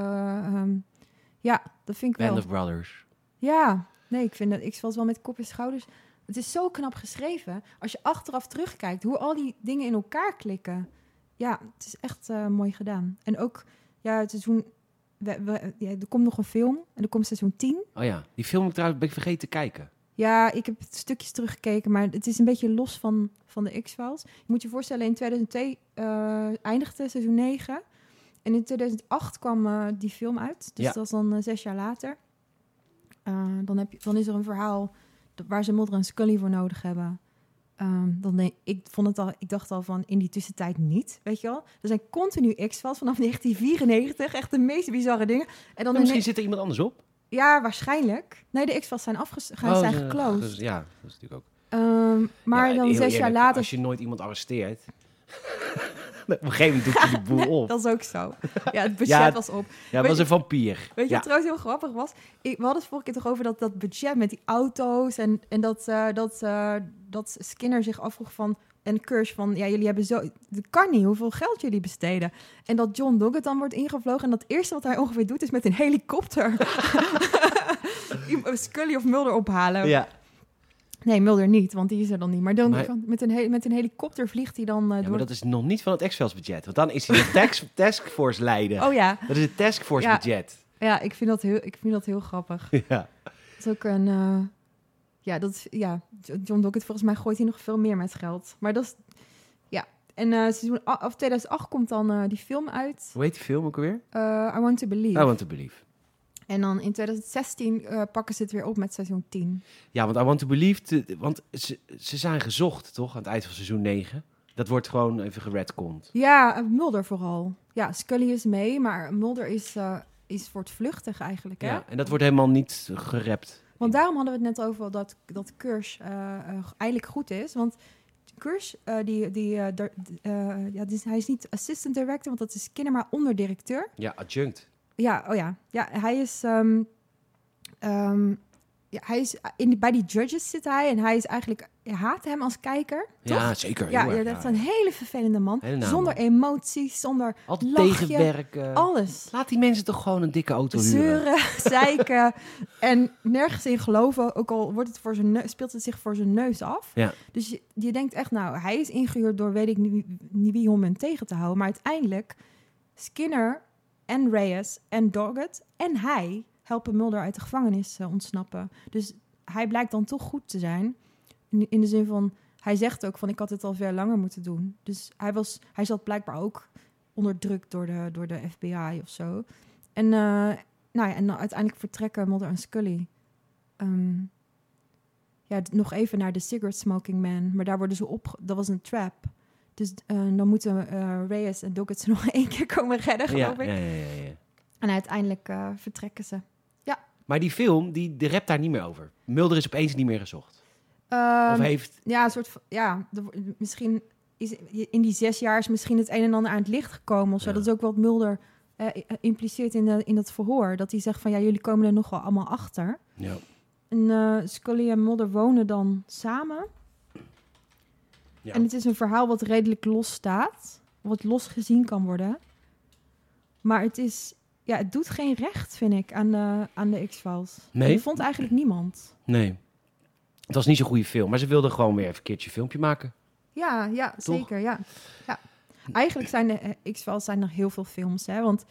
Dat vind ik wel. Band of Brothers. Ja, nee, ik vind dat X-Files wel met kop en schouders. Het is zo knap geschreven. Als je achteraf terugkijkt, hoe al die dingen in elkaar klikken. Ja, het is echt mooi gedaan. En ook, het seizoen... er komt nog een film en er komt seizoen 10. Oh ja, die film heb ik trouwens ben ik vergeten te kijken. Ja, ik heb stukjes teruggekeken, maar het is een beetje los van de X-Files. Je moet je voorstellen, in 2002 eindigde seizoen 9. En in 2008 kwam die film uit. Dus dat was dan 6 jaar later. Dan is er een verhaal waar ze Mulder en Scully voor nodig hebben. Ik dacht al van in die tussentijd niet, weet je wel. Er zijn continu X-Files vanaf 1994, echt de meest bizarre dingen. En dan misschien zit er iemand anders op? Ja, waarschijnlijk. Nee, de X-Files zijn zijn geclosed. Ja, dat is natuurlijk ook. Maar dan 6 jaar later... Als je nooit iemand arresteert... Op een gegeven moment doet hij de boel op. Dat is ook zo. Ja, het budget was op. Ja, het was een vampier. Weet je wat trouwens heel grappig was? We hadden het vorige keer toch over dat budget met die auto's... en dat Skinner zich afvroeg van... En Kirsch van, jullie hebben zo... Het kan niet, hoeveel geld jullie besteden. En dat John Doggett dan wordt ingevlogen. En dat eerste wat hij ongeveer doet, is met een helikopter Scully of Mulder ophalen. Ja. Nee, Mulder niet, want die is er dan niet. Maar dan met een helikopter vliegt hij dan door... Maar dat is nog niet van het X-Files budget. Want dan is hij een taskforce leider. Oh ja. Dat is het taskforce budget. Ja, ik vind dat heel grappig. Ja. Dat is ook een... John Doggett, volgens mij gooit hij nog veel meer met geld. Maar dat is... Ja. En 2008 komt dan die film uit. Hoe heet die film ook alweer? I Want to Believe. I Want to Believe. En dan in 2016 pakken ze het weer op met seizoen 10. Ja, want I Want to Believe... want ze zijn gezocht, toch? Aan het eind van seizoen 9. Dat wordt gewoon even geredcond. Ja, Mulder vooral. Ja, Scully is mee, maar Mulder is voortvluchtig eigenlijk, hè? Ja, en dat wordt helemaal niet gerapt. Want daarom hadden we het net over dat Kirsch eigenlijk goed is. Want Kirsch, hij is niet assistant director, want dat is Skinner, maar onderdirecteur. Ja, adjunct. Ja, oh ja. Ja, hij is... hij is bij die judges zit hij en hij is eigenlijk... Je haat hem als kijker, toch? Ja, zeker. Ja, dat is een hele vervelende man. Hele zonder emoties, zonder altijd lachje, tegenwerken. Alles. Laat die mensen toch gewoon een dikke auto huren. Zeuren, zeiken en nergens in geloven. Ook al speelt het zich voor zijn neus af. Ja. Dus je denkt echt, nou, hij is ingehuurd door weet ik niet wie om hem tegen te houden. Maar uiteindelijk, Skinner en Reyes en Doggett en hij helpen Mulder uit de gevangenis ontsnappen. Dus hij blijkt dan toch goed te zijn. In de zin van, hij zegt ook van, ik had het al veel langer moeten doen. Dus hij zat blijkbaar ook onder druk door de FBI of zo. En, en uiteindelijk vertrekken Mulder en Scully. Nog even naar de cigarette smoking man. Maar daar worden ze dat was een trap. Dus dan moeten Reyes en Doggett ze nog 1 keer komen redden, geloof ik. Ja. En uiteindelijk vertrekken ze. Ja. Maar die film, die rapt daar niet meer over. Mulder is opeens niet meer gezocht. Of heeft... Ja, een soort van... Ja, misschien is in die 6 jaar is misschien het een en ander aan het licht gekomen of zo. Ja. Dat is ook wat Mulder impliceert in dat verhoor. Dat hij zegt van, jullie komen er nog wel allemaal achter. Ja. En Scully en Mulder wonen dan samen. Ja. En het is een verhaal wat redelijk los staat. Wat los gezien kan worden. Maar het is... Ja, het doet geen recht, vind ik, aan de X-Files. Nee? Dat vond eigenlijk niemand. Nee. Het was niet zo'n goede film, maar ze wilden gewoon weer even een keertje een filmpje maken. Ja, zeker, ja. Eigenlijk zijn de X-Files nog heel veel films, hè. Want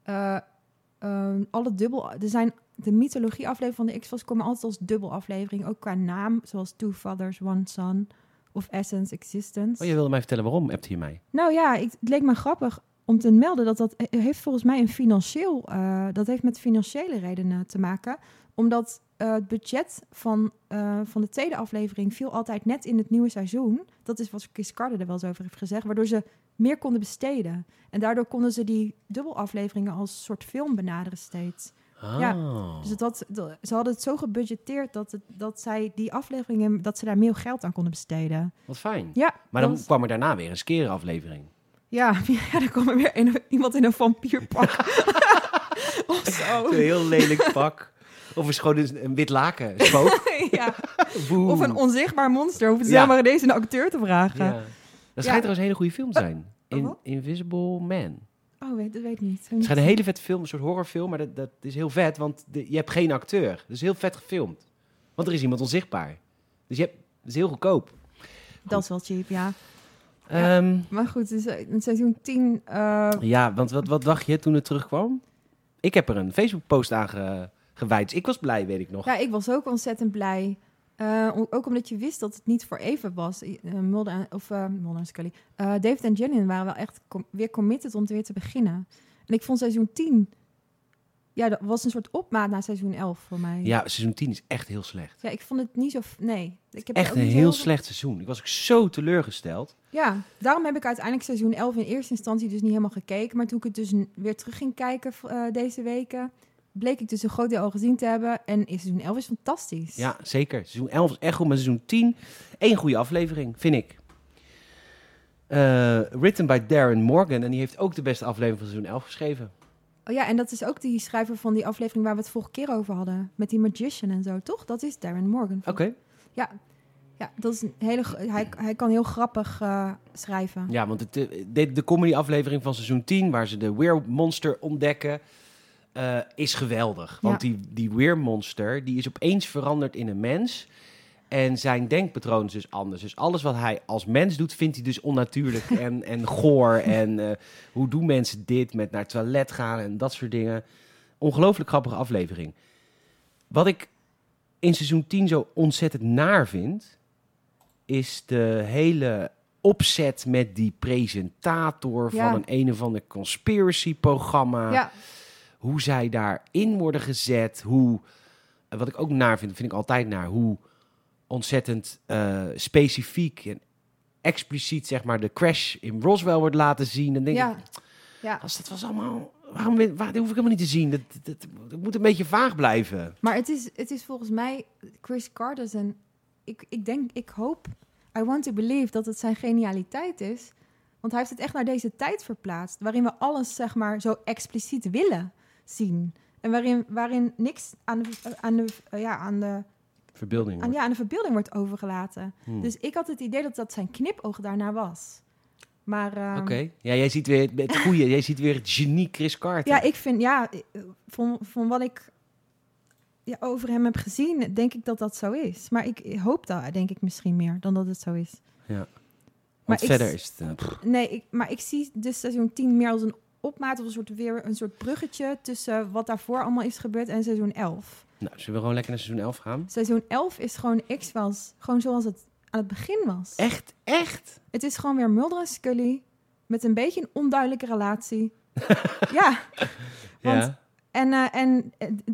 de mythologie-afleveringen van de X-Files komen altijd als dubbelaflevering. Ook qua naam, zoals Two Fathers, One Son of Essence, Existence. Oh, je wilde mij vertellen waarom, appte je mij? Nou ja, het leek me grappig om te melden dat heeft volgens mij dat heeft met financiële redenen te maken. Omdat het budget van de tweede aflevering viel altijd net in het nieuwe seizoen. Dat is wat Chris Carter er wel eens over heeft gezegd. Waardoor ze meer konden besteden. En daardoor konden ze die dubbelafleveringen als soort film benaderen steeds. Ah. Ja, dus ze hadden het zo gebudgeteerd dat zij die afleveringen, dat ze daar meer geld aan konden besteden. Wat fijn. Ja, maar dan kwam er daarna weer een scare aflevering. Ja, dan kwam er weer iemand in een vampierpak. Of zo. Een heel lelijk pak. Of is gewoon een wit laken, spook. Ja. Of een onzichtbaar monster. Hoeven ze maar deze een acteur te vragen. Ja. Dat schijnt trouwens een hele goede film te zijn. Invisible Man. Oh, dat weet ik niet. Het schijnt een hele vet film, een soort horrorfilm. Maar dat is heel vet, want je hebt geen acteur. Dat is heel vet gefilmd. Want er is iemand onzichtbaar. Dus het is heel goedkoop. Dat is wel cheap, ja. Maar goed, dus in seizoen 10... Ja, want wat dacht je toen het terugkwam? Ik heb er een Facebook-post aan gewijd. Ik was blij, weet ik nog. Ja, ik was ook ontzettend blij. Ook omdat je wist dat het niet voor even was. Mulder en Scully. David en Gillian waren wel echt weer committed om weer te beginnen. En ik vond seizoen 10... Ja, dat was een soort opmaat naar seizoen 11 voor mij. Ja, seizoen 10 is echt heel slecht. Ja, ik vond het niet zo... Nee. Ik heb echt een heel slecht seizoen. Ik was ook zo teleurgesteld. Ja, daarom heb ik uiteindelijk seizoen 11 in eerste instantie dus niet helemaal gekeken. Maar toen ik het dus weer terug ging kijken deze weken, bleek ik dus een groot deel al gezien te hebben. En seizoen 11 is fantastisch. Ja, zeker. Seizoen 11 is echt goed, maar seizoen 10... 1 goede aflevering, vind ik. Written by Darren Morgan. En die heeft ook de beste aflevering van seizoen 11 geschreven. Oh ja, en dat is ook die schrijver van die aflevering waar we het vorige keer over hadden. Met die magician en zo, toch? Dat is Darren Morgan. Oké. Ja, Ja, dat is een hij kan heel grappig schrijven. Ja, want de comedy-aflevering van seizoen 10... waar ze de weermonster ontdekken... is geweldig. Want die weermonster... die is opeens veranderd in een mens... En zijn denkpatroon is dus anders. Dus alles wat hij als mens doet, vindt hij dus onnatuurlijk en goor. En hoe doen mensen dit met naar het toilet gaan en dat soort dingen. Ongelooflijk grappige aflevering. Wat ik in seizoen 10 zo ontzettend naar vind... is de hele opzet met die presentator van een of ander conspiracy-programma. Ja. Hoe zij daarin worden gezet. Wat ik ook naar vind ik altijd naar... hoe ontzettend specifiek en expliciet, zeg maar, de crash in Roswell wordt laten zien. Dan denk ik, als dat was allemaal... Waarom hoef ik helemaal niet te zien? Dat moet een beetje vaag blijven. Maar het is volgens mij Chris Carter en ik hoop, I want to believe dat het zijn genialiteit is. Want hij heeft het echt naar deze tijd verplaatst, waarin we alles, zeg maar, zo expliciet willen zien. En waarin niks aan de verbeelding aan de verbeelding wordt overgelaten. Dus ik had het idee dat zijn knipoog daarnaar was. Maar Oké. Ja, jij ziet weer het goede. Jij ziet weer het genie Chris Carter. Ja, ik vind, van wat ik over hem heb gezien, denk ik dat zo is. Maar ik hoop dat, denk ik, misschien meer dan dat het zo is. Ja. Maar verder is het... maar ik zie dus seizoen 10 meer als een opmaat of een soort bruggetje tussen wat daarvoor allemaal is gebeurd en seizoen 11. Nou, zullen we gewoon lekker naar seizoen 11 gaan? Seizoen 11 is gewoon X-Files, gewoon zoals het aan het begin was. Echt? Het is gewoon weer Mulder en Scully met een beetje een onduidelijke relatie. Ja. Want, en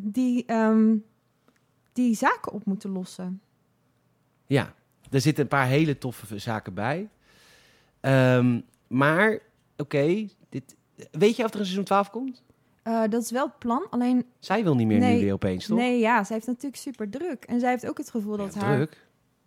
die zaken op moeten lossen. Ja, er zitten een paar hele toffe zaken bij. Maar, oké, weet je of er een seizoen 12 komt? Dat is wel het plan, alleen... Zij wil niet meer nu weer opeens, toch? Nee, ja, zij heeft natuurlijk super druk. En zij heeft ook het gevoel dat haar... Druk?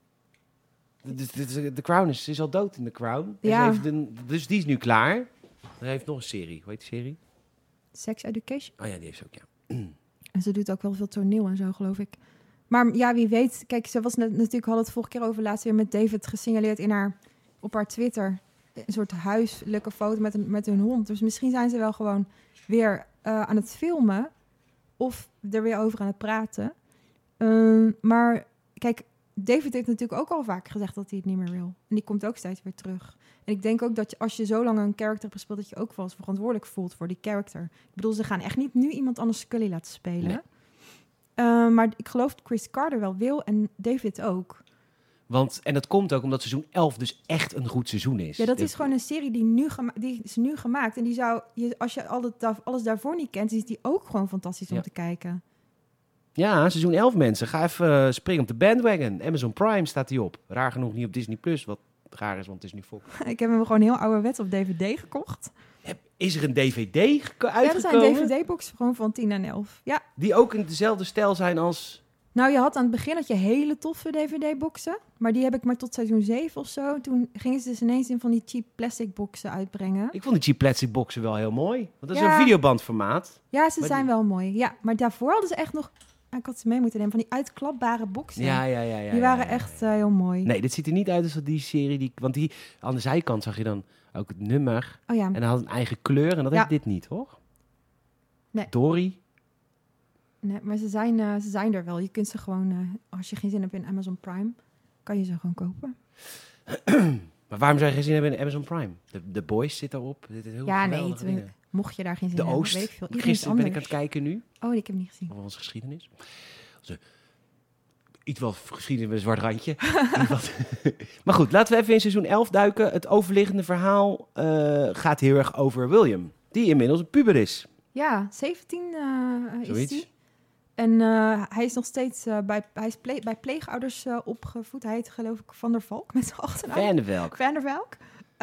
De Crown is al dood in The Crown. Ja. Dus die is nu klaar. Hij heeft nog een serie. Hoe heet die serie? Sex Education. Oh ja, die heeft ze ook, ja. En ze doet ook wel veel toneel en zo, geloof ik. Maar ja, wie weet. Kijk, ze was natuurlijk, hadden het vorige keer over laatst weer met David gesignaleerd op haar Twitter. Een soort huiselijke foto met hun hond. Dus misschien zijn ze wel gewoon weer aan het filmen. Of er weer over aan het praten. Maar kijk, David heeft natuurlijk ook al vaak gezegd dat hij het niet meer wil. En die komt ook steeds weer terug. En ik denk ook dat als je zo lang een character hebt gespeeld, dat je ook wel eens verantwoordelijk voelt voor die character. Ik bedoel, ze gaan echt niet nu iemand anders Scully laten spelen. Nee. Maar ik geloof dat Chris Carter wel wil en David ook. En dat komt ook omdat seizoen 11 dus echt een goed seizoen is. Ja, dat is gewoon een serie die is nu gemaakt. En die als je alles daarvoor niet kent, is die ook gewoon fantastisch om te kijken. Ja, seizoen 11 mensen. Ga even springen op de bandwagon. Amazon Prime staat die op. Raar genoeg niet op Disney+, wat raar is, want het is nu Fox. Ik heb hem gewoon heel ouderwets op DVD gekocht. Is er een DVD uitgekomen? Ja, er zijn DVD-boxen gewoon van 10 en 11. Ja. Die ook in dezelfde stijl zijn als... Nou, je had aan het begin hele toffe DVD-boxen. Maar die heb ik maar tot seizoen 7 of zo. Toen gingen ze dus ineens in van die cheap plastic boxen uitbrengen. Ik vond die cheap plastic boxen wel heel mooi. Want dat is een videobandformaat. Ja, ze zijn wel mooi. Ja, maar daarvoor hadden ze echt nog... Ik had ze mee moeten nemen van die uitklapbare boxen. Ja. Die waren echt heel mooi. Nee, dit ziet er niet uit als die serie. Want die aan de zijkant zag je dan ook het nummer. Oh ja. En dan had een eigen kleur. En dat heeft dit niet, hoor. Nee. Dory. Nee, maar ze zijn er wel. Je kunt ze gewoon, als je geen zin hebt in Amazon Prime, kan je ze gewoon kopen. Maar waarom zou je geen zin hebben in Amazon Prime? The Boys zit erop. Dit is heel nee, mocht je daar geen zin in hebben. De Oost. Gisteren ben ik aan het kijken nu. Oh, die heb ik niet gezien. Over onze geschiedenis. Iets wel geschiedenis met een zwart randje. Maar goed, laten we even in seizoen 11 duiken. Het overliggende verhaal gaat heel erg over William. Die inmiddels een puber is. Ja, 17 is hij. En hij is nog steeds bij pleegouders opgevoed. Hij heet geloof ik Van der Valk met zijn achternaam. Van der Valk.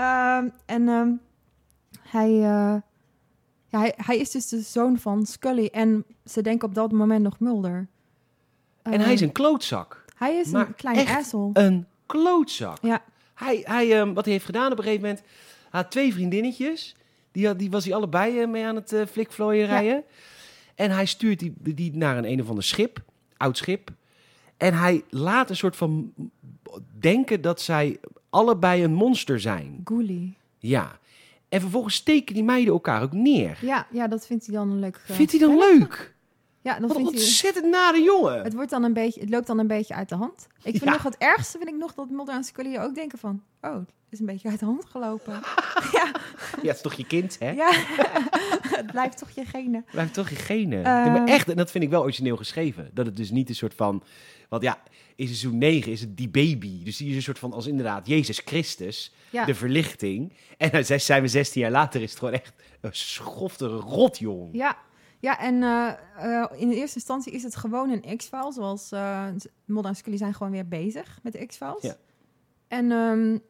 Hij is dus de zoon van Scully. En ze denken op dat moment nog Mulder. En hij is een klootzak. Hij is een klein asshole. Een klootzak. Ja. Wat hij heeft gedaan op een gegeven moment... Hij had 2 vriendinnetjes. Die was hij allebei mee aan het flikvlooien rijden. Ja. En hij stuurt die naar een of ander schip. Oud schip. En hij laat een soort van denken dat zij allebei een monster zijn. Ghoulie. Ja. En vervolgens steken die meiden elkaar ook neer. Ja, dat vindt hij dan een leuk... Vindt hij dan leuk? Ja, dan Wat een vindt hij... ontzettend nare jongen. Het loopt dan een beetje uit de hand. Ik vind nog het ergste, dat Mulder en Scully ook denken van... Oh, het is een beetje uit de hand gelopen. Ja, het is toch je kind, hè? Ja, het blijft toch je gene. Het blijft toch je gene. Maar echt, en dat vind ik wel origineel geschreven. Dat het dus niet een soort van... Want ja, in seizoen 9 is het die baby. Dus die is een soort van als inderdaad Jezus Christus, de verlichting. En dan zijn we 16 jaar later, is het gewoon echt een schoftere rotjong. Ja, en in de eerste instantie is het gewoon een X-File. Zoals Mulder en Scully zijn gewoon weer bezig met de X-Files. Ja. En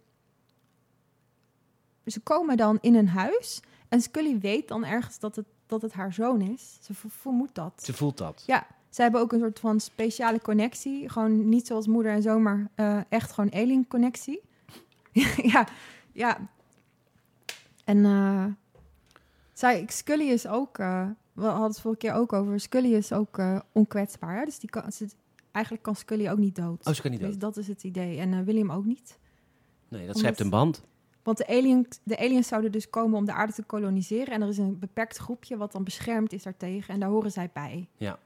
ze komen dan in een huis. En Scully weet dan ergens dat het haar zoon is. Ze vermoedt dat. Ze voelt dat. Ja, ze hebben ook een soort van speciale connectie. Gewoon niet zoals moeder en zoon, maar echt gewoon alien connectie. ja. En Scully is ook... we hadden het vorige keer ook over. Scully is ook onkwetsbaar. Hè? Dus eigenlijk kan Scully ook niet dood. Oh, ze kan niet dood. Dus dat is het idee. En William ook niet. Nee, dat schept een band. Want de aliens zouden dus komen om de aarde te koloniseren. En er is een beperkt groepje wat dan beschermd is daartegen. En daar horen zij bij. Ja.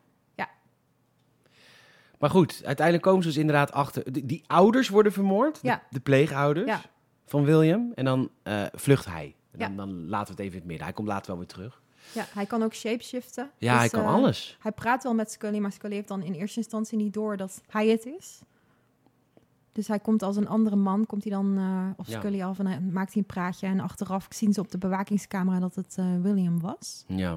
Maar goed, uiteindelijk komen ze dus inderdaad achter... Die ouders worden vermoord. De pleegouders van William. En dan vlucht hij. En dan laten we het even in het midden. Hij komt later wel weer terug. Ja, hij kan ook shapeshiften. Ja, dus, hij kan alles. Hij praat wel met Scully, maar Scully heeft dan in eerste instantie niet door dat hij het is. Dus hij komt als een andere man, komt hij dan op Scully af en maakt hij een praatje. En achteraf zien ze op de bewakingscamera dat het William was. Ja.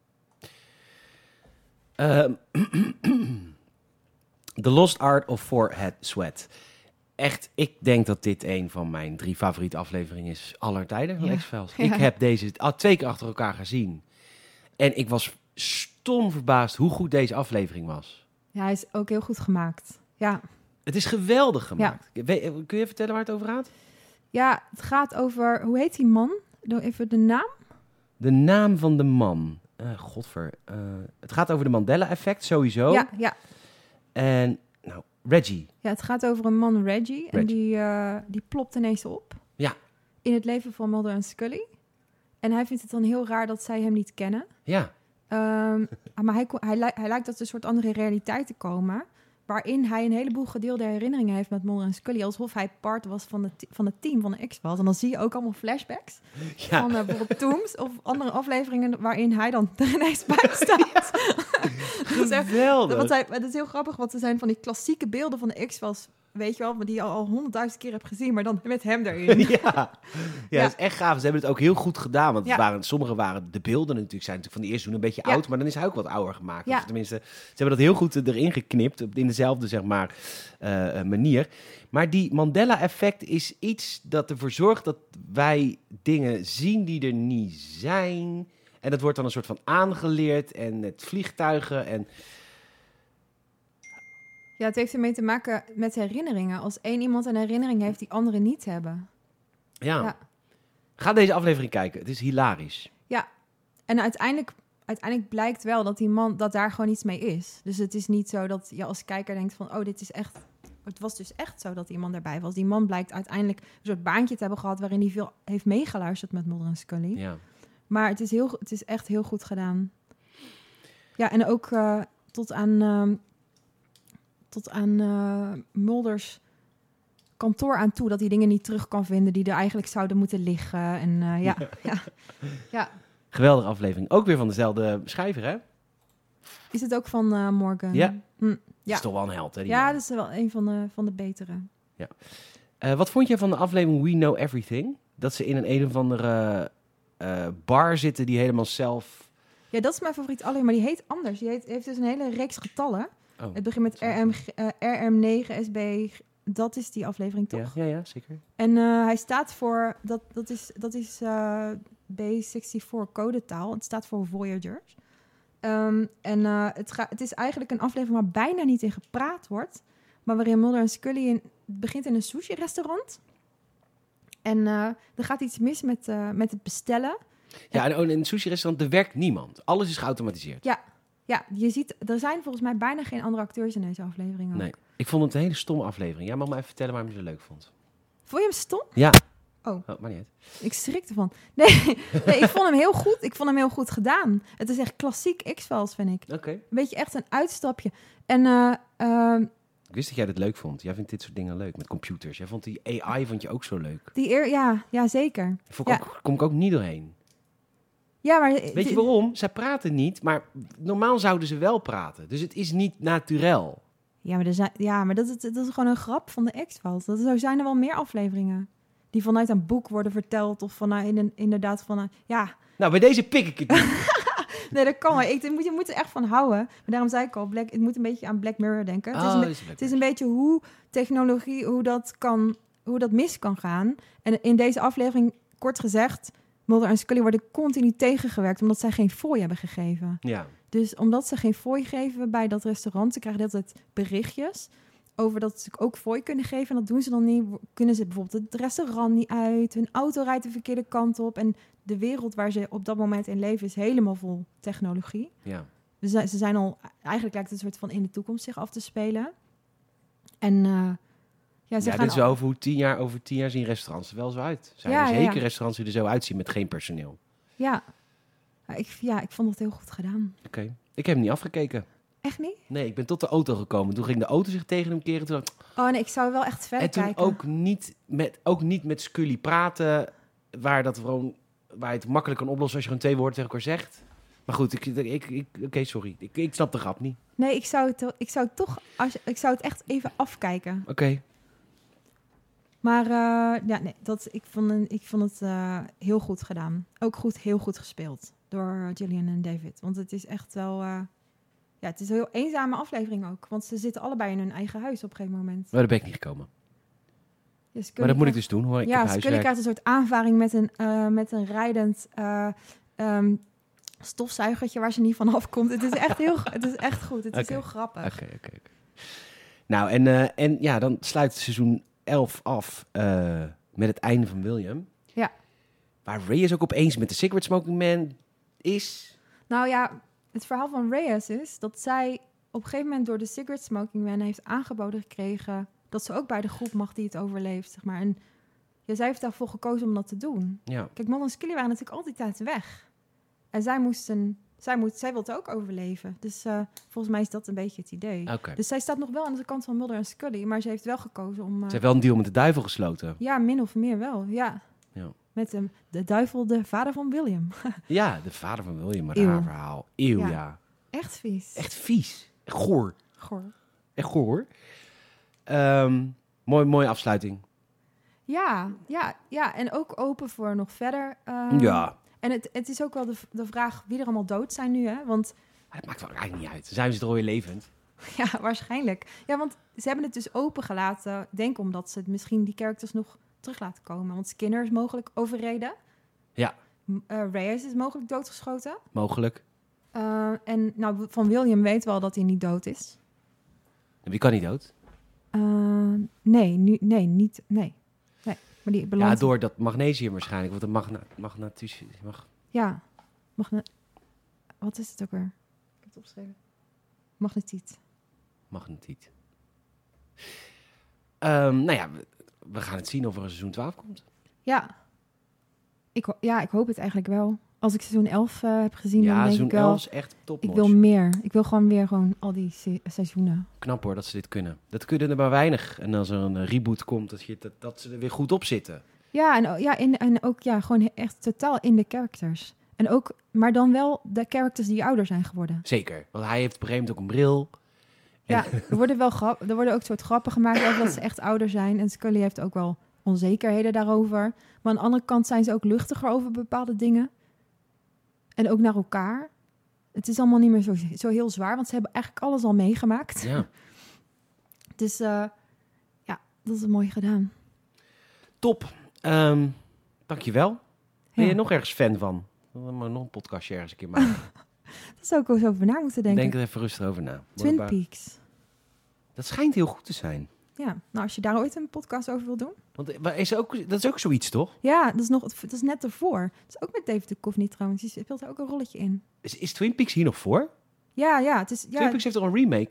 The Lost Art of Forehead Sweat. Echt, ik denk dat dit een van mijn 3 favoriete afleveringen is aller tijden van X-Files. Ja. Ik heb deze 2 keer achter elkaar gezien. En ik was stom verbaasd hoe goed deze aflevering was. Ja, hij is ook heel goed gemaakt. Ja. Het is geweldig gemaakt. Ja. Kun je vertellen waar het over gaat? Ja, het gaat over... Hoe heet die man? Doe even de naam. De naam van de man. Het gaat over de Mandela-effect sowieso. Ja. En Reggie. Ja, het gaat over een man, Reggie. En die plopt ineens op. Ja. In het leven van Mulder en Scully. En hij vindt het dan heel raar dat zij hem niet kennen. Ja. Maar hij lijkt tot een soort andere realiteit te komen. Waarin hij een heleboel gedeelde herinneringen heeft met Mulder en Scully. Alsof hij part was van het team van de X-Files. En dan zie je ook allemaal flashbacks. Ja. Van bijvoorbeeld Tooms of andere afleveringen waarin hij dan er ineens bij staat. Geweldig. Het is heel grappig, want er zijn van die klassieke beelden van de X-Files, weet je wel, die je al 100.000 keer hebt gezien, maar dan met hem erin. Ja, dat is echt gaaf. Ze hebben het ook heel goed gedaan, want sommige waren de beelden natuurlijk, zijn natuurlijk van die eerste seizoen een beetje oud, maar dan is hij ook wat ouder gemaakt. Ja. Of tenminste, ze hebben dat heel goed erin geknipt, in dezelfde, zeg maar, manier. Maar die Mandela-effect is iets dat ervoor zorgt dat wij dingen zien die er niet zijn. En dat wordt dan een soort van aangeleerd en het vliegtuigen en... Ja, het heeft ermee te maken met herinneringen. Als één iemand een herinnering heeft die anderen niet hebben. Ja. Ga deze aflevering kijken. Het is hilarisch. Ja, en uiteindelijk blijkt wel dat die man, dat daar gewoon iets mee is. Dus het is niet zo dat je als kijker denkt van, oh, dit is echt... Het was dus echt zo dat die man erbij was. Die man blijkt uiteindelijk een soort baantje te hebben gehad waarin hij veel heeft meegeluisterd met Mulder en Scully. Ja. Maar het is echt heel goed gedaan. Ja, en ook tot aan Mulders kantoor aan toe, dat hij dingen niet terug kan vinden die er eigenlijk zouden moeten liggen. En ja. Geweldige aflevering. Ook weer van dezelfde schrijver, hè? Is het ook van Morgan? Ja. Dat is toch wel een held, hè? Ja, dat is wel een van de betere. Ja. Wat vond je van de aflevering We Know Everything? Dat ze in een of andere bar zitten die helemaal zelf... Ja, dat is mijn favoriet aflevering, maar die heet anders. Die heeft dus een hele reeks getallen. Oh, het begint met RM9, SB... Dat is die aflevering, toch? Ja, zeker. En hij staat voor... Dat is B64 codetaal. Het staat voor Voyagers. Het is eigenlijk een aflevering waar bijna niet in gepraat wordt. Maar waarin Mulder en Scully begint in een sushi-restaurant. En er gaat iets mis met het bestellen. Ja, en in een sushi-restaurant, er werkt niemand. Alles is geautomatiseerd. Ja, je ziet... Er zijn volgens mij bijna geen andere acteurs in deze aflevering ook. Nee. Ik vond het een hele stomme aflevering. Jij mag me even vertellen waarom je het leuk vond. Vond je hem stom? Ja. Oh, maar niet uit. Ik schrik ervan. Nee, ik vond hem heel goed. Ik vond hem heel goed gedaan. Het is echt klassiek X-Files, vind ik. Oké. Een beetje echt een uitstapje. En ik wist dat jij dat leuk vond. Jij vindt dit soort dingen leuk met computers. Jij vond die AI ook zo leuk. Ja, zeker. Kom ik ook niet doorheen. Ja, maar weet je waarom? Zij praten niet, maar normaal zouden ze wel praten. Dus het is niet naturel. Ja, maar dat is gewoon een grap van de X-Files. Zo zijn er wel meer afleveringen die vanuit een boek worden verteld of vanuit inderdaad vanuit ja. Nou, bij deze pik ik het niet. Nee, dat kan maar. Je moet er echt van houden. Maar daarom zei ik al, het moet een beetje aan Black Mirror denken. Het is een beetje hoe technologie, hoe dat mis kan gaan. En in deze aflevering, kort gezegd, Mulder en Scully worden continu tegengewerkt omdat zij geen fooi hebben gegeven. Ja. Dus omdat ze geen fooi geven bij dat restaurant, ze krijgen altijd berichtjes over dat ze ook fooi kunnen geven. En dat doen ze dan niet. Kunnen ze bijvoorbeeld het restaurant niet uit. Hun auto rijdt de verkeerde kant op. En de wereld waar ze op dat moment in leven is helemaal vol technologie. Ja. Dus ze zijn al... Eigenlijk lijkt het een soort van in de toekomst zich af te spelen. En dit is wel over 10 jaar zien restaurants er wel zo uit. Zijn er zeker restaurants die er zo uitzien met geen personeel. Ja. Ik vond het heel goed gedaan. Oké. Ik heb hem niet afgekeken. Echt niet? Nee, ik ben tot de auto gekomen. Toen ging de auto zich tegen hem keren. Toen oh nee, ik zou wel echt verder kijken. En toen ook niet met Scully praten, waar je het makkelijk kan oplossen als je gewoon 2 woorden tegen elkaar zegt. Maar goed, oké, sorry. Ik snap de grap niet. Nee, ik zou het echt even afkijken. Oké. Maar ik vond het heel goed gedaan. Ook heel goed gespeeld door Gillian en David. Want het is echt wel... het is een heel eenzame aflevering ook. Want ze zitten allebei in hun eigen huis op een gegeven moment. Maar daar ben ik niet gekomen. Ja, maar dat moet ik dus doen, hoor. Scully krijgt een soort aanvaring met een rijdend stofzuigertje waar ze niet van afkomt. Het is echt goed. Het is heel grappig. Oké. Nou, en dan sluit seizoen 11 af met het einde van William. Ja. Waar Reyes ook opeens met de Cigarette Smoking Man is. Nou ja, het verhaal van Reyes is dat zij op een gegeven moment door de Cigarette Smoking Man heeft aangeboden gekregen dat ze ook bij de groep mag die het overleeft, zeg maar. En zij heeft daarvoor gekozen om dat te doen. Ja. Kijk, Mulder en Scully waren natuurlijk altijd weg. En zij wil het ook overleven. Dus volgens mij is dat een beetje het idee. Okay. Dus zij staat nog wel aan de kant van Mulder en Scully, maar ze heeft wel gekozen om... Ze heeft wel een deal met de duivel gesloten. Ja, min of meer wel, ja. Met de duivel, de vader van William. Ja, de vader van William, maar haar verhaal. Eeuw, ja. Echt vies. Echt vies. Goor. Echt goor. Mooie afsluiting. Ja. En ook open voor nog verder. Ja. En het is ook wel de vraag wie er allemaal dood zijn nu, hè? Want... Het maakt wel eigenlijk niet uit. Zijn ze toch weer levend? Ja, waarschijnlijk. Ja, want ze hebben het dus opengelaten. Denk omdat ze misschien die characters nog terug laten komen. Want Skinner is mogelijk overreden. Ja. Reyes is mogelijk doodgeschoten. Mogelijk. En nou, van William weten we al dat hij niet dood is. Wie kan niet dood? Nee. Maar die belandt... Ja, door dat magnesium waarschijnlijk. Want de Ja. Wat is het ook weer? Ik heb het opgeschreven. Magnetiet. Nou ja, we gaan het zien of er een seizoen 12 komt. Ja. Ik hoop het eigenlijk wel. Als ik seizoen 11 heb gezien, dan denk ik wel... seizoen 11 is echt topnotch. Ik wil meer. Ik wil gewoon weer al die seizoenen. Knap hoor, dat ze dit kunnen. Dat kunnen er maar weinig. En als er een reboot komt, dat ze er weer goed op zitten. Ja, en ook gewoon echt totaal in de characters. En ook, maar dan wel de characters die ouder zijn geworden. Zeker, want hij heeft op een gegeven moment ook een bril. Ja, er worden ook soort grappen gemaakt over dat ze echt ouder zijn. En Scully heeft ook wel onzekerheden daarover. Maar aan de andere kant zijn ze ook luchtiger over bepaalde dingen. En ook naar elkaar. Het is allemaal niet meer zo heel zwaar, want ze hebben eigenlijk alles al meegemaakt. Ja. Dus dat is mooi gedaan. Top. Dankjewel. Ben je nog ergens fan van? Maar nog een podcastje ergens een keer maken. Dat zou ik ook eens over na moeten denken. Denk er even rustig over na. Twin Peaks. Dat schijnt heel goed te zijn. Ja, nou als je daar ooit een podcast over wil doen. Want dat is ook zoiets, toch? Ja, dat is net ervoor. Dat is ook met David Duchovny trouwens. Die speelt er ook een rolletje in. Is Twin Peaks hier nog voor? Ja. Twin Peaks heeft toch een remake?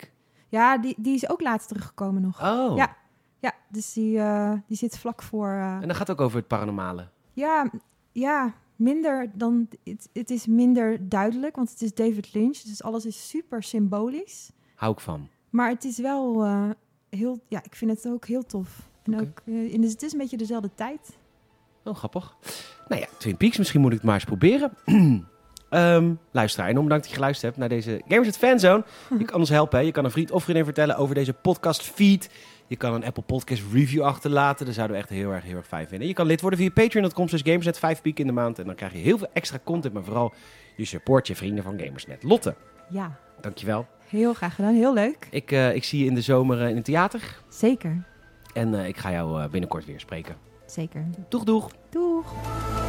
Ja, die is ook laatst teruggekomen nog. Oh. Ja, dus die zit vlak voor... En dat gaat ook over het paranormale. Ja, minder dan... Het is minder duidelijk, want het is David Lynch. Dus alles is super symbolisch. Hou ik van. Maar het is wel heel... Ja, ik vind het ook heel tof. En ook, dus het is een beetje dezelfde tijd. Oh, grappig. Nou ja, Twin Peaks, misschien moet ik het maar eens proberen. Luisteraar, enorm bedankt dat je geluisterd hebt naar deze Gamersnet Fanzone. Je kan ons helpen, hè? Je kan een vriend of vriendin vertellen over deze podcast feed. Je kan een Apple Podcast review achterlaten. Dat zouden we echt heel erg fijn vinden. Je kan lid worden via patreon.com/Gamersnet, 5 piek in de maand. En dan krijg je heel veel extra content, maar vooral je support je vrienden van Gamersnet. Lotte, ja. Dankjewel. Heel graag gedaan, heel leuk. Ik zie je in de zomer in het theater. Zeker. En ik ga jou binnenkort weer spreken. Zeker. Doeg. Doeg.